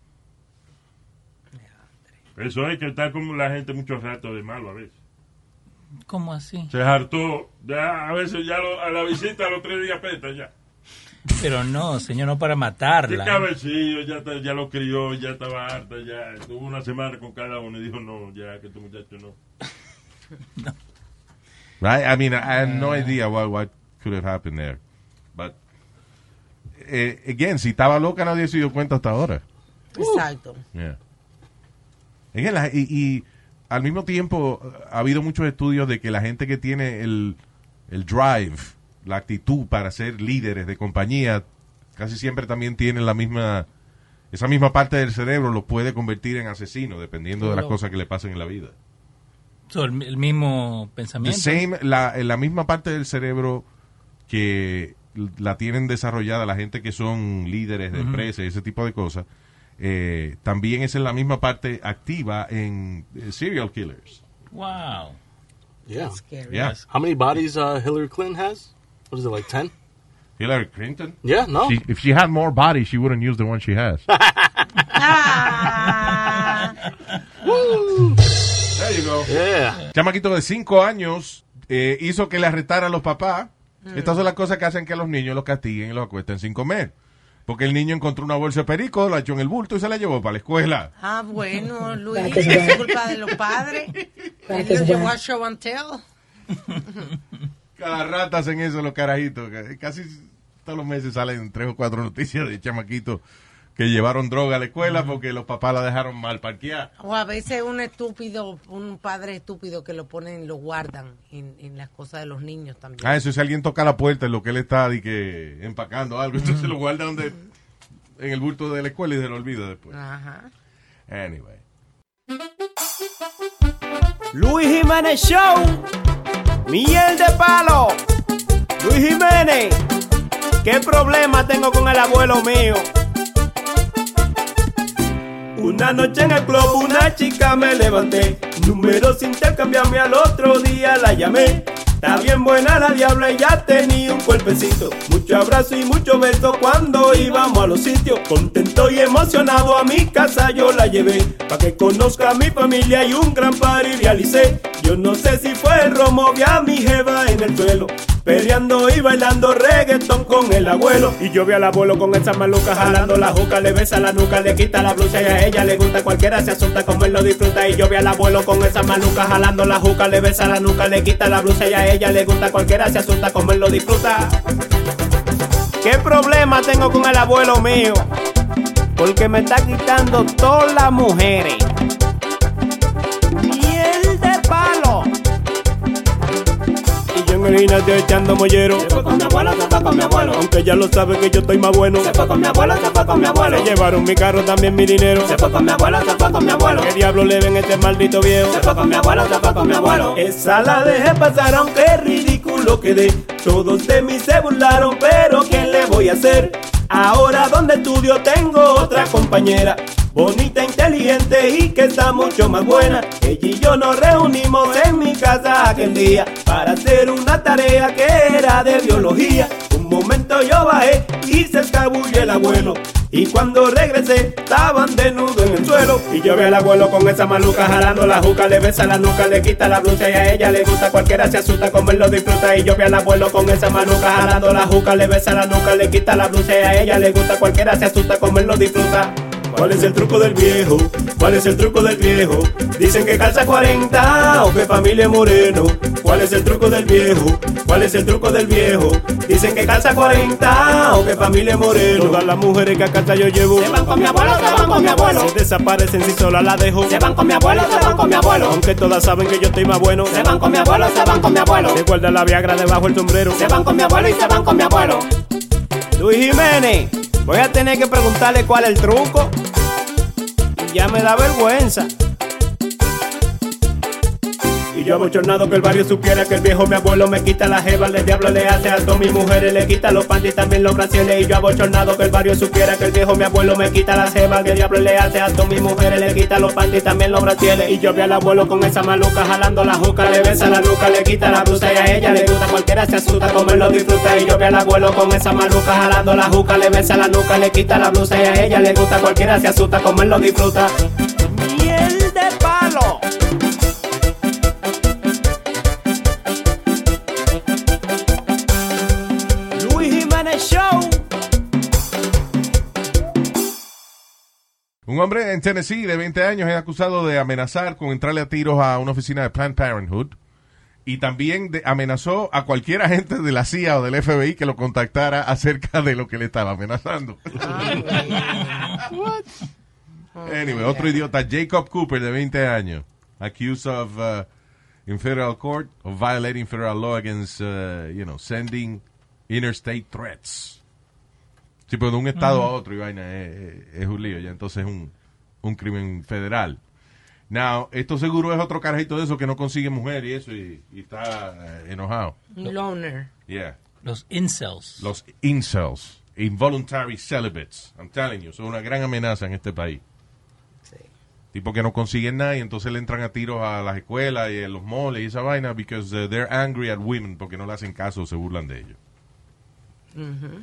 Eso es que está como la gente mucho rato de malo a veces. ¿Cómo así? Se hartó. Ya, a veces ya lo, a la visita a los tres días peta ya. Pero no, señor, no para matarla. Qué cabecillo, ya, ya lo crió, ya estaba harta, ya tuvo una semana con cada uno y dijo, no, ya que tu muchacho no. No. Right? I mean, I have no idea what, what could have happened there. But, eh, again, si estaba loca nadie se dio cuenta hasta ahora. Exacto. Uh, yeah. Again, la, y, y al mismo tiempo ha habido muchos estudios de que la gente que tiene el, el drive, la actitud para ser líderes de compañía, casi siempre también tienen la misma, esa misma parte del cerebro lo puede convertir en asesino, dependiendo de las cosas que le pasen en la vida. So, el, el mismo pensamiento. The same, la, la misma parte del cerebro que la tienen desarrollada la gente que son líderes de uh-huh. empresas y ese tipo de cosas, eh, también es en la misma parte activa en eh, serial killers. Wow. Yeah. That's scary. Yeah. How many bodies uh, Hillary Clinton has? What is it, like ten? Hillary Clinton? Yeah, no. She, if she had more bodies, she wouldn't use the one she has. Woo. There you go. Yeah. Chamaquito de cinco años eh, hizo que le arrestaran a los papás. Mm. Estas son las cosas que hacen que a los niños los castiguen y los acuesten sin comer. Porque el niño encontró una bolsa de perico, la echó en el bulto y se la llevó para la escuela. Ah, bueno, Luis, es culpa de los padres. Él lo llevó a show and tell. Cada rato hacen eso los carajitos. Casi todos los meses salen tres o cuatro noticias de chamaquitos que llevaron droga a la escuela porque los papás la dejaron mal parqueada. O a veces un estúpido, un padre estúpido que lo ponen, lo guardan en, en las cosas de los niños también. Ah, eso, si alguien toca la puerta en lo que él está de que, empacando algo, entonces lo guardan de, en el bulto de la escuela y se lo olvida después. Ajá. Anyway. Luis Jiménez Show. Miel de palo. Luis Jiménez. ¿Qué problema tengo con el abuelo mío? Una noche en el club una chica me levanté, número sin intercambiarme, al otro día la llamé. Está bien buena la diabla y ya tenía un cuerpecito, mucho abrazo y mucho beso cuando íbamos a los sitios. Contento y emocionado a mi casa yo la llevé, pa' que conozca a mi familia y un gran party realicé. Yo no sé si fue el romo, vi a mi jeva en el suelo, peleando y bailando reggaetón con el abuelo. Y yo vi al abuelo con esa maluca jalando la juca, le besa la nuca, le quita la blusa y a ella le gusta, cualquiera se asusta como él lo disfruta. Y yo vi al abuelo con esa maluca jalando la juca, le besa la nuca, le quita la blusa y a ella le gusta, cualquiera se asusta como él lo disfruta. ¿Qué problema tengo con el abuelo mío? Porque me está quitando todas las mujeres. Miel de palo. Y yo en el gimnasio echando mollero. Se fue con mi abuelo, se fue con mi abuelo. Aunque ya lo sabe que yo estoy más bueno. Se fue con mi abuelo, se fue con mi abuelo. Se llevaron mi carro, también mi dinero. Se fue con mi abuelo, se fue con mi abuelo. ¿Qué diablo le ven a este maldito viejo? Se fue con mi abuelo, se fue con mi abuelo. Esa la dejé pasar, aunque ridículo quedé. Todos de mí se burlaron, pero ¿quién le voy a hacer? Ahora donde estudio tengo otra compañera, bonita, inteligente y que está mucho más buena. Ella y yo nos reunimos en mi casa aquel día para hacer una tarea que era de biología. Un momento yo bajé y se escabulló el abuelo, y cuando regresé estaban desnudos en el suelo. Y yo vi al abuelo con esa maluca jalando la juca, le besa la nuca, le quita la blusa y a ella le gusta. Cualquiera se asusta, como él lo disfruta. Y yo vi al abuelo con esa maluca jalando la juca, le besa la nuca, le quita la blusa y a ella le gusta. Cualquiera se asusta, como él lo disfruta. ¿Cuál es el truco del viejo? ¿Cuál es el truco del viejo? Dicen que calza cuarenta o que familia moreno. ¿Cuál es el truco del viejo? ¿Cuál es el truco del viejo? Dicen que calza cuarenta o que familia moreno. Todas las mujeres que a casa yo llevo se van con mi abuelo, se van con mi abuelo. Se desaparecen si sola la dejo. Se van con mi abuelo, se van con mi abuelo. Aunque todas saben que yo estoy más bueno. Se van con mi abuelo, se van con mi abuelo. Se guarda la Viagra debajo el sombrero. Se van con mi abuelo y se van con mi abuelo. Luis Jiménez, voy a tener que preguntarle cuál es el truco. Y ya me da vergüenza. Y yo abochornado que el barrio supiera que el viejo mi abuelo me quita la jeva, el diablo le hace a todas mis mujeres, le quita los panties también los brasieles. Y yo abochornado que el barrio supiera que el viejo mi abuelo me quita la jeva, que el diablo le hace a todas mis mujeres, le quita los panties también los brasieles. Y yo vi al abuelo con esa maluca jalando la juca, le besa la nuca, le quita la blusa y a ella le gusta. Cualquiera se asusta, como él lo disfruta. Y yo vi al abuelo con esa maluca jalando la juca, le besa la nuca, le quita la blusa y a ella le gusta. Cualquiera se asusta, como él lo disfruta. Miel de palo. Show. Un hombre en Tennessee de veinte años es acusado de amenazar con entrarle a tiros a una oficina de Planned Parenthood, y también de, amenazó a cualquier agente de la C I A o del F B I que lo contactara acerca de lo que le estaba amenazando. Anyway, otro idiota, Jacob Cooper de veinte años, accused of uh, in federal court of violating federal law against uh, you know, sending interstate threats. Sí, pero de un estado uh-huh. a otro y vaina es, es, es un lío, ya entonces es un, un crimen federal. Now, esto seguro es otro carajito de eso que no consigue mujer y eso, y, y está uh, enojado. Loner. Yeah. Los incels. Los incels. Involuntary celibates. I'm telling you, son una gran amenaza en este país. Sí. Tipo que no consiguen nada y entonces le entran a tiros a las escuelas y a los moles y esa vaina because uh, they're angry at women porque no le hacen caso o se burlan de ellos. Uh-huh.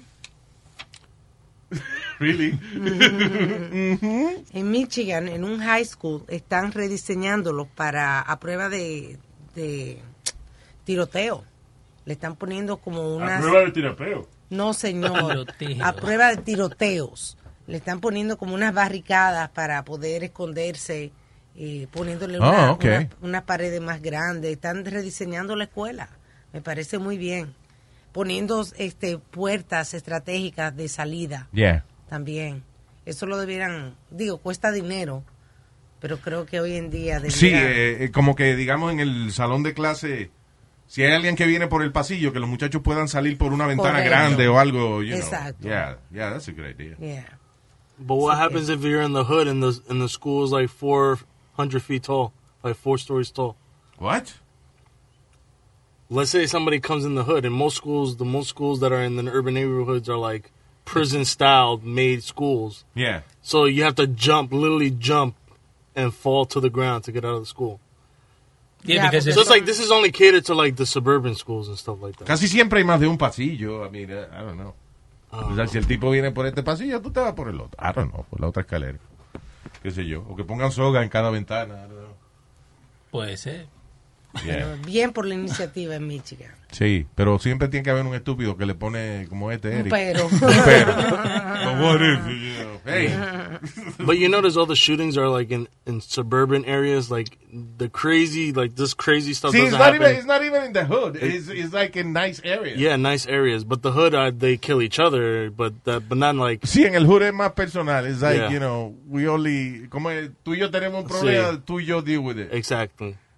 Really? Uh-huh. En Michigan, en un high school, están rediseñándolos para a prueba de, de tiroteo. Le están poniendo como unas... ¿A prueba de tiroteo? No, señor. A prueba de tiroteos. Le están poniendo como unas barricadas para poder esconderse, eh, poniéndole una, oh, okay. una, una pared más grande. Están rediseñando la escuela. Me parece muy bien. Poniendo este puertas estratégicas de salida. Yeah. También. Eso lo debieran, digo, cuesta dinero, pero creo que hoy en día debería... Sí, eh, como que digamos en el salón de clase, si hay alguien que viene por el pasillo, que los muchachos puedan salir por una ventana Correcto. grande o algo, you Exacto. know. Yeah, yeah, that's a good idea. Yeah. But what happens if you're in the hood and the and the school is like four hundred feet tall, like four stories tall? What? Let's say somebody comes in the hood, and most schools, the most schools that are in the urban neighborhoods are like prison-style made schools. Yeah. So you have to jump, literally jump, and fall to the ground to get out of the school. Yeah, yeah, because so it's like this is only catered to like the suburban schools and stuff like that. Casi siempre hay más de un pasillo. I mean, I don't know. Uh, o sea, si el tipo viene por este pasillo, tú te vas por el otro. I don't know, por la otra escalera. Qué sé yo. O que pongan soga en cada ventana. I don't know. Puede ser. Yeah. Bien por la iniciativa en Michigan. Sí, pero siempre tiene que haber un estúpido que le pone como este Eric. Un pero. Un pero. But what if, you know, hey. But you notice all the shootings are like in, in suburban areas, like the crazy, like this crazy stuff See, doesn't it's not happen. even, it's not even in the hood. It's, it's like in nice areas. Yeah, nice areas. But the hood, uh, they kill each other, but that, but not like... Sí, en el hood es más personal. It's like, yeah. you know, we only... Como tú y yo tenemos un problema, sí. tú y yo deal with it. Exactly.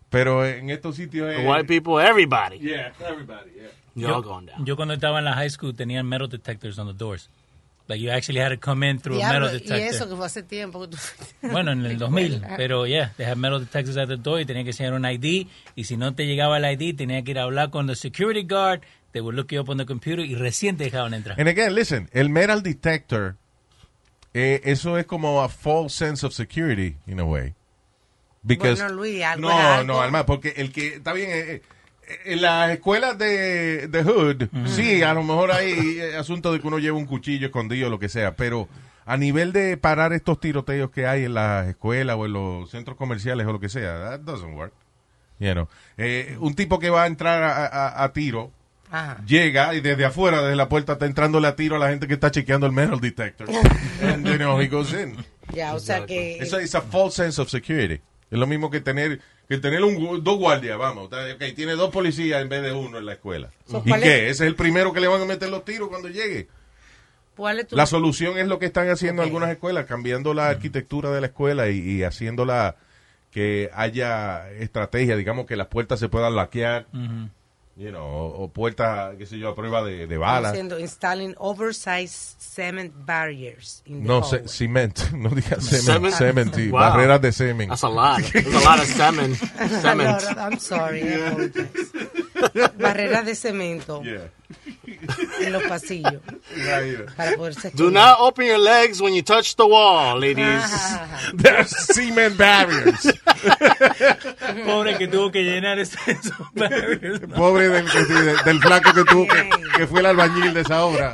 Pero en estos sitios... The eh, white people, everybody. Yeah, everybody, yeah. You're all Yo, going down. yo cuando estaba en la high school tenían metal detectors on the doors. Like you actually had to come in through Diablo, a metal y eso detector. que fue hace tiempo que tú... Bueno, en el dos mil, pero yeah, they had metal detectors at the door y tenía que enseñar un I D y si no te llegaba el I D tenía que ir a hablar con the security guard, they would look you up on the computer y recién te dejaban entrar. And again, listen, el metal detector, eh, eso es como a false sense of security, in a way. Because, Bueno, Luis, algo no, es algo. no, Alma, porque el que, está bien, eh, eh, en las escuelas de, de Hood, sí, a lo mejor hay eh, asunto de que uno lleva un cuchillo escondido o lo que sea, pero a nivel de parar estos tiroteos que hay en las escuelas o en los centros comerciales o lo que sea, that doesn't work. You know. Eh, un tipo que va a entrar a, a, a tiro, Ajá. llega y desde afuera, desde la puerta, está entrándole a tiro a la gente que está chequeando el metal detector. And, you know, he goes in. Ya, o sea que... Eso es a false sense of security. Es lo mismo que tener que tener un, gu- dos guardias, vamos. Okay, tiene dos policías en vez de uno en la escuela. So, ¿Y ¿cuál qué? es? Ese es el primero que le van a meter los tiros cuando llegue. ¿Cuál es tu... La solución es lo que están haciendo algunas escuelas, cambiando la arquitectura de la escuela y, y haciéndola que haya estrategia, digamos que las puertas se puedan laquear, Ujú. you know, o, o puertas, qué sé yo, a prueba de, de balas. Haciendo, installing oversized cement barriers in the No, hallway. ce- cement, no digas semen, Semen? semen, sí, Wow. barreras de semen. That's a lot. There's a lot of semen. Cement. No, no, I'm sorry. I apologize. Barreras de cemento Yeah. en los pasillos para poderse Do not open your legs when you touch the wall, ladies. There's cement barriers. Pobre que tuvo que llenar esos, esos barriers, ¿no? Pobre del, que- del, del flaco que tuvo que, que fue el albañil de esa obra.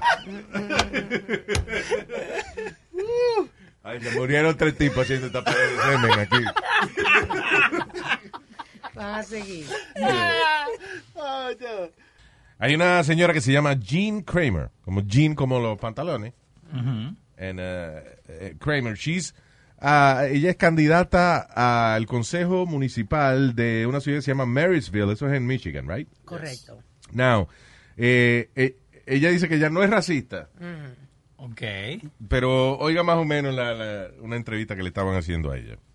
Ay, se murieron tres tipos haciendo esta pared de semen aquí. Van a seguir. Hay una señora que se llama Jean Kramer, como Jean como los pantalones. Ujú. And, uh, uh, Kramer, she's, uh, ella es candidata al consejo municipal de una ciudad que se llama Marysville, eso es en Michigan, right? Correcto. Now, eh, eh, ella dice que ella no es racista, Ok. pero oiga más o menos la, la- una entrevista que le estaban haciendo a ella.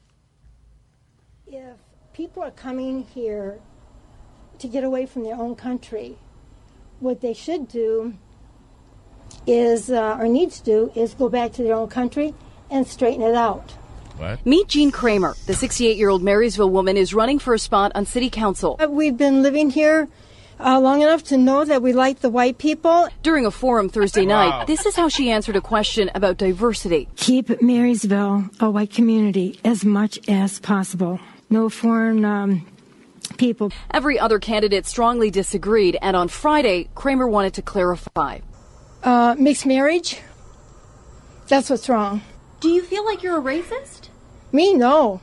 If people are coming here to get away from their own country, what they should do is, uh, or need to do, is go back to their own country and straighten it out. Meet Jean Kramer. The sixty-eight-year-old Marysville woman is running for a spot on city council. Uh, We've been living here uh, long enough to know that we like the white people. During a forum Thursday night, this is how she answered a question about diversity. Keep Marysville a white community as much as possible. No foreign um, people. Every other candidate strongly disagreed, and on Friday, Kramer wanted to clarify. Uh, mixed marriage? That's what's wrong. Do you feel like you're a racist? Me, no.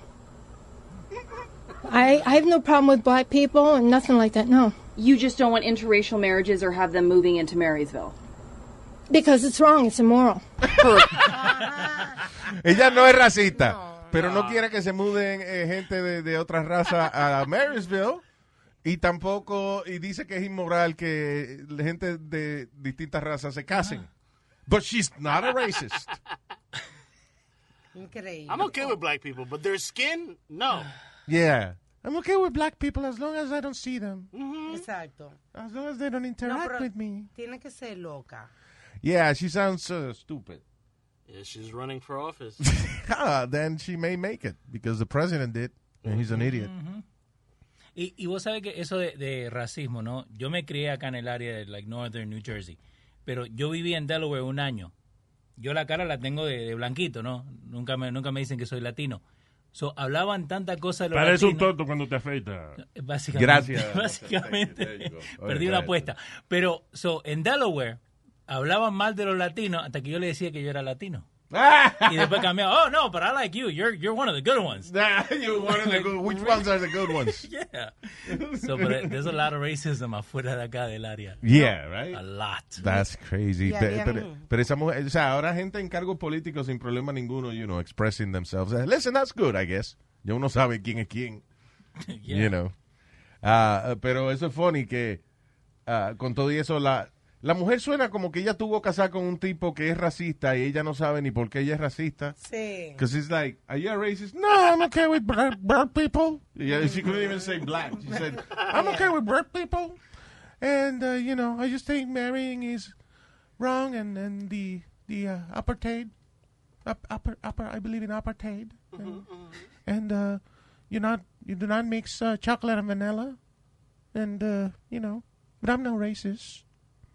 I, I have no problem with black people and nothing like that, no. You just don't want interracial marriages or have them moving into Marysville. Because it's wrong, it's immoral. Ella no es racista, pero no quiere que se muden eh, gente de, de otra raza a Marysville y tampoco, y dice que es inmoral que la gente de distintas razas se casen. But she's not a racist. Increíble. I'm okay with black people, but their skin, no. Yeah. I'm okay with black people as long as I don't see them. Exacto. As long as they don't interact pero with me. Tiene que ser loca. Yeah, she sounds uh, stupid. Yeah, she's running for office. Ah, then she may make it because the president did, and he's an idiot. Y, y vos sabés que eso de, de racismo, ¿no? Yo me crié acá en el área de like Northern New Jersey, pero yo viví en Delaware un año. Yo la cara la tengo de, de blanquito, ¿no? Nunca me, nunca me dicen que soy latino. So, hablaban tanta cosa de los Parece un latinos. tonto cuando te afeitas. Básicamente. Gracias. Básicamente. There you go. Perdí una apuesta. Pero, so, en Delaware, hablaban mal de los latinos hasta que yo le decía que yo era latino. Y después cambiaba. Oh, no, but I like you. You're, you're one of the good ones. You're one of the good, which ones are the good ones? Yeah. So, but there's a lot of racism afuera de acá del área. Yeah, right? A lot. That's crazy. Yeah, Pe- yeah. pero, pero esa mujer, o sea, ahora gente en cargos políticos sin problema ninguno, you know, expressing themselves. Uh, Listen, that's good, I guess. Ya uno sabe quién es quién. Yeah. You know. Ah, pero eso es funny que ah, con todo y eso la la mujer suena como que ella tuvo que casar con un tipo que es racista y ella no sabe ni por qué ella es racista. Sí. Because it's like, are you a racist? No, I'm okay with black, black people. Yeah, she couldn't even say black. She said, I'm okay with black people. And, uh, you know, I just think marrying is wrong and, and the, the uh, apartheid. Up, upper, upper, I believe in apartheid. Mm-hmm, and, mm-hmm. and uh, you're not, you do not mix uh, chocolate and vanilla. And, uh, you know, but I'm no racist.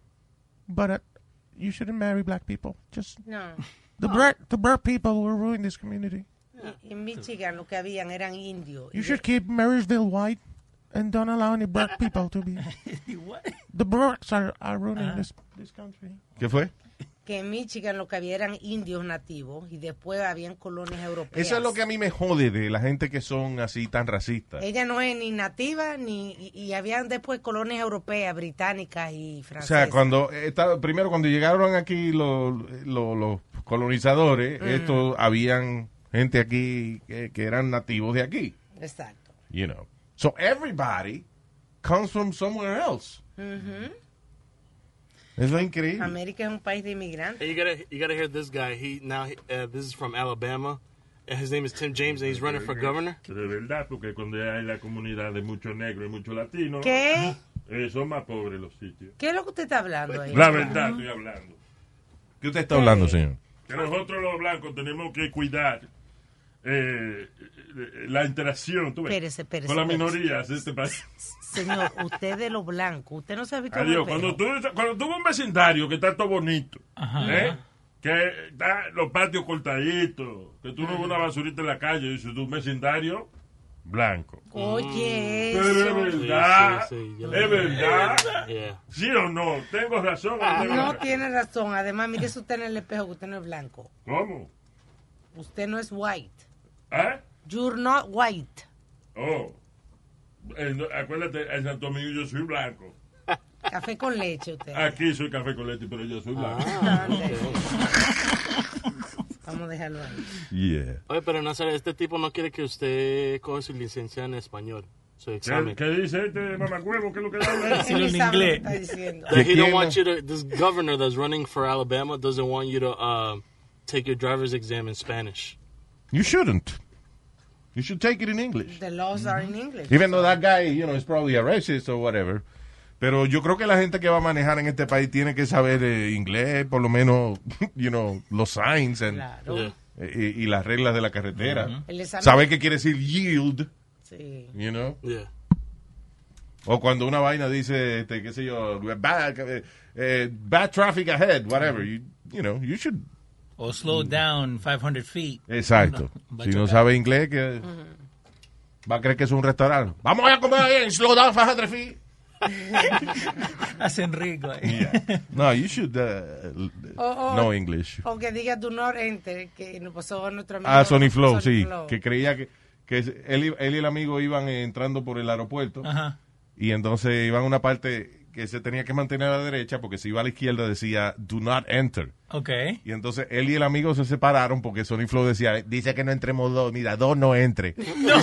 But uh, you shouldn't marry black people. Just no. The black, the black people will ruin this community. En Michigan lo que habían eran indios. You should keep Marysville white and don't allow any black people to be. The blacks are, are ruining uh, this, this country. ¿Qué fue? Que en Michigan lo que había eran indios nativos y después habían colonias europeas. Eso es lo que a mí me jode de la gente que son así tan racistas. Ella no es ni nativa ni y, y habían después colonias europeas, británicas y francesas. O sea, cuando estaba, primero cuando llegaron aquí los, los, los colonizadores, mm. estos habían gente aquí que, que eran nativos de aquí. Exacto. You know. So everybody comes from somewhere else. Mm-hmm. Eso es increíble. América es un país de inmigrantes. Hey, you gotta, you gotta hear this guy. He now, uh, this is from Alabama. And his name is Tim James, and he's running for governor. De verdad, porque cuando hay la comunidad de muchos negros y muchos latinos, ¿qué? Eh, son más pobres los sitios. ¿Qué es lo que usted está hablando ahí? La verdad estoy hablando. ¿Qué usted está hablando, señor? Que nosotros los blancos tenemos que cuidar eh, la interacción tú ves, espérese, espérese, con las espérese. minorías de este país. Señor, usted de lo blanco, usted no sabe cómo. Adiós, cuando tú, cuando tú ves un vecindario que está todo bonito, ¿eh? Que está los patios cortaditos, que tú no ves una basurita en la calle, y dices tú, un vecindario blanco. Oye, pero eso. es verdad, sí, sí, sí. es verdad. Yeah. ¿Sí o no? ¿Tengo razón? Ah, ¿o no? no tiene razón. Además, mire usted en el espejo que usted no es blanco. ¿Cómo? Usted no es white. ¿Eh? You're not white. Oh. Eh, acuérdate, en Santo Domingo yo soy blanco. Café con leche usted. Aquí soy café con leche, pero yo soy blanco. Ah, vamos a dejarlo ahí. Yeah. Oye, pero Nazaret, este tipo no quiere que usted coja su licencia en español. Su examen. ¿Qué, ¿Qué dice este mamacuevo? ¿Qué es lo que habla? Sí, en inglés. That he don't want you to, this governor that's running for Alabama doesn't want you to uh, take your driver's exam in Spanish. You shouldn't. You should take it in English. The laws are in English. Even though that guy, you know, is probably a racist or whatever. Pero yo creo que la gente que va a manejar en este país tiene que saber eh, inglés, por lo menos, you know, los signs and, claro. eh, y, y las reglas de la carretera. Uh-huh. Saber qué quiere decir yield. Sí. You know? Yeah. O cuando una vaina dice, este, qué sé yo, bad, eh, eh, bad traffic ahead, whatever. You, you know, you should... O slow down five hundred feet. Exacto. No, si no sabe inglés, que uh-huh. va a creer que es un restaurante. Vamos a comer ahí en slow down five hundred feet. Hacen rico ahí. Yeah. No, you should uh, o, o, know English. O que diga do not enter, que nos pasó a nuestro amigo. Ah, Sonny Flow, Sonny sí. Flow. Que creía que, que él, él y el amigo iban entrando por el aeropuerto. Ajá. Y entonces iban a una parte que se tenía que mantener a la derecha porque si iba a la izquierda decía do not enter. Okay. Y entonces él y el amigo se separaron porque Sonny Flow decía, dice que no entremos dos, mira, dos no entre. No.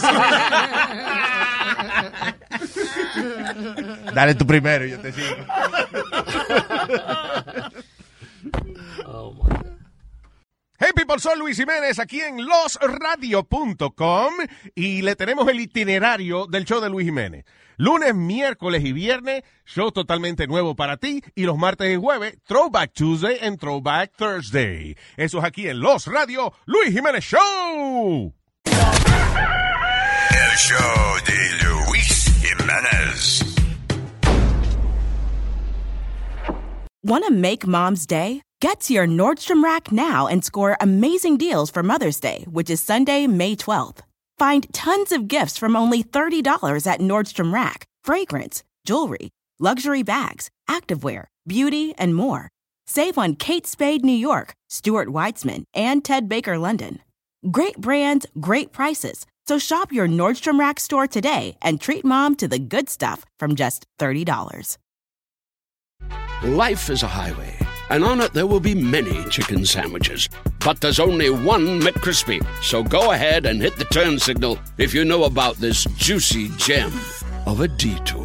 Dale tú primero, yo te sigo. Oh, my. Hey people, soy Luis Jiménez aquí en los radio punto com y le tenemos el itinerario del show de Luis Jiménez. Lunes, miércoles y viernes, show totalmente nuevo para ti. Y los martes y jueves, Throwback Tuesday and Throwback Thursday. Eso es aquí en Los Radio, Luis Jiménez Show. El show de Luis Jiménez. Want to make Mom's Day? Get to your Nordstrom Rack now and score amazing deals for Mother's Day, which is Sunday, May twelfth. Find tons of gifts from only thirty dollars at Nordstrom Rack. Fragrance, jewelry, luxury bags, activewear, beauty, and more. Save on Kate Spade New York, Stuart Weitzman, and Ted Baker London. Great brands, great prices. So shop your Nordstrom Rack store today and treat Mom to the good stuff from just thirty dollars. Life is a highway, and on it there will be many chicken sandwiches. But there's only one McCrispy. So go ahead and hit the turn signal if you know about this juicy gem of a detour.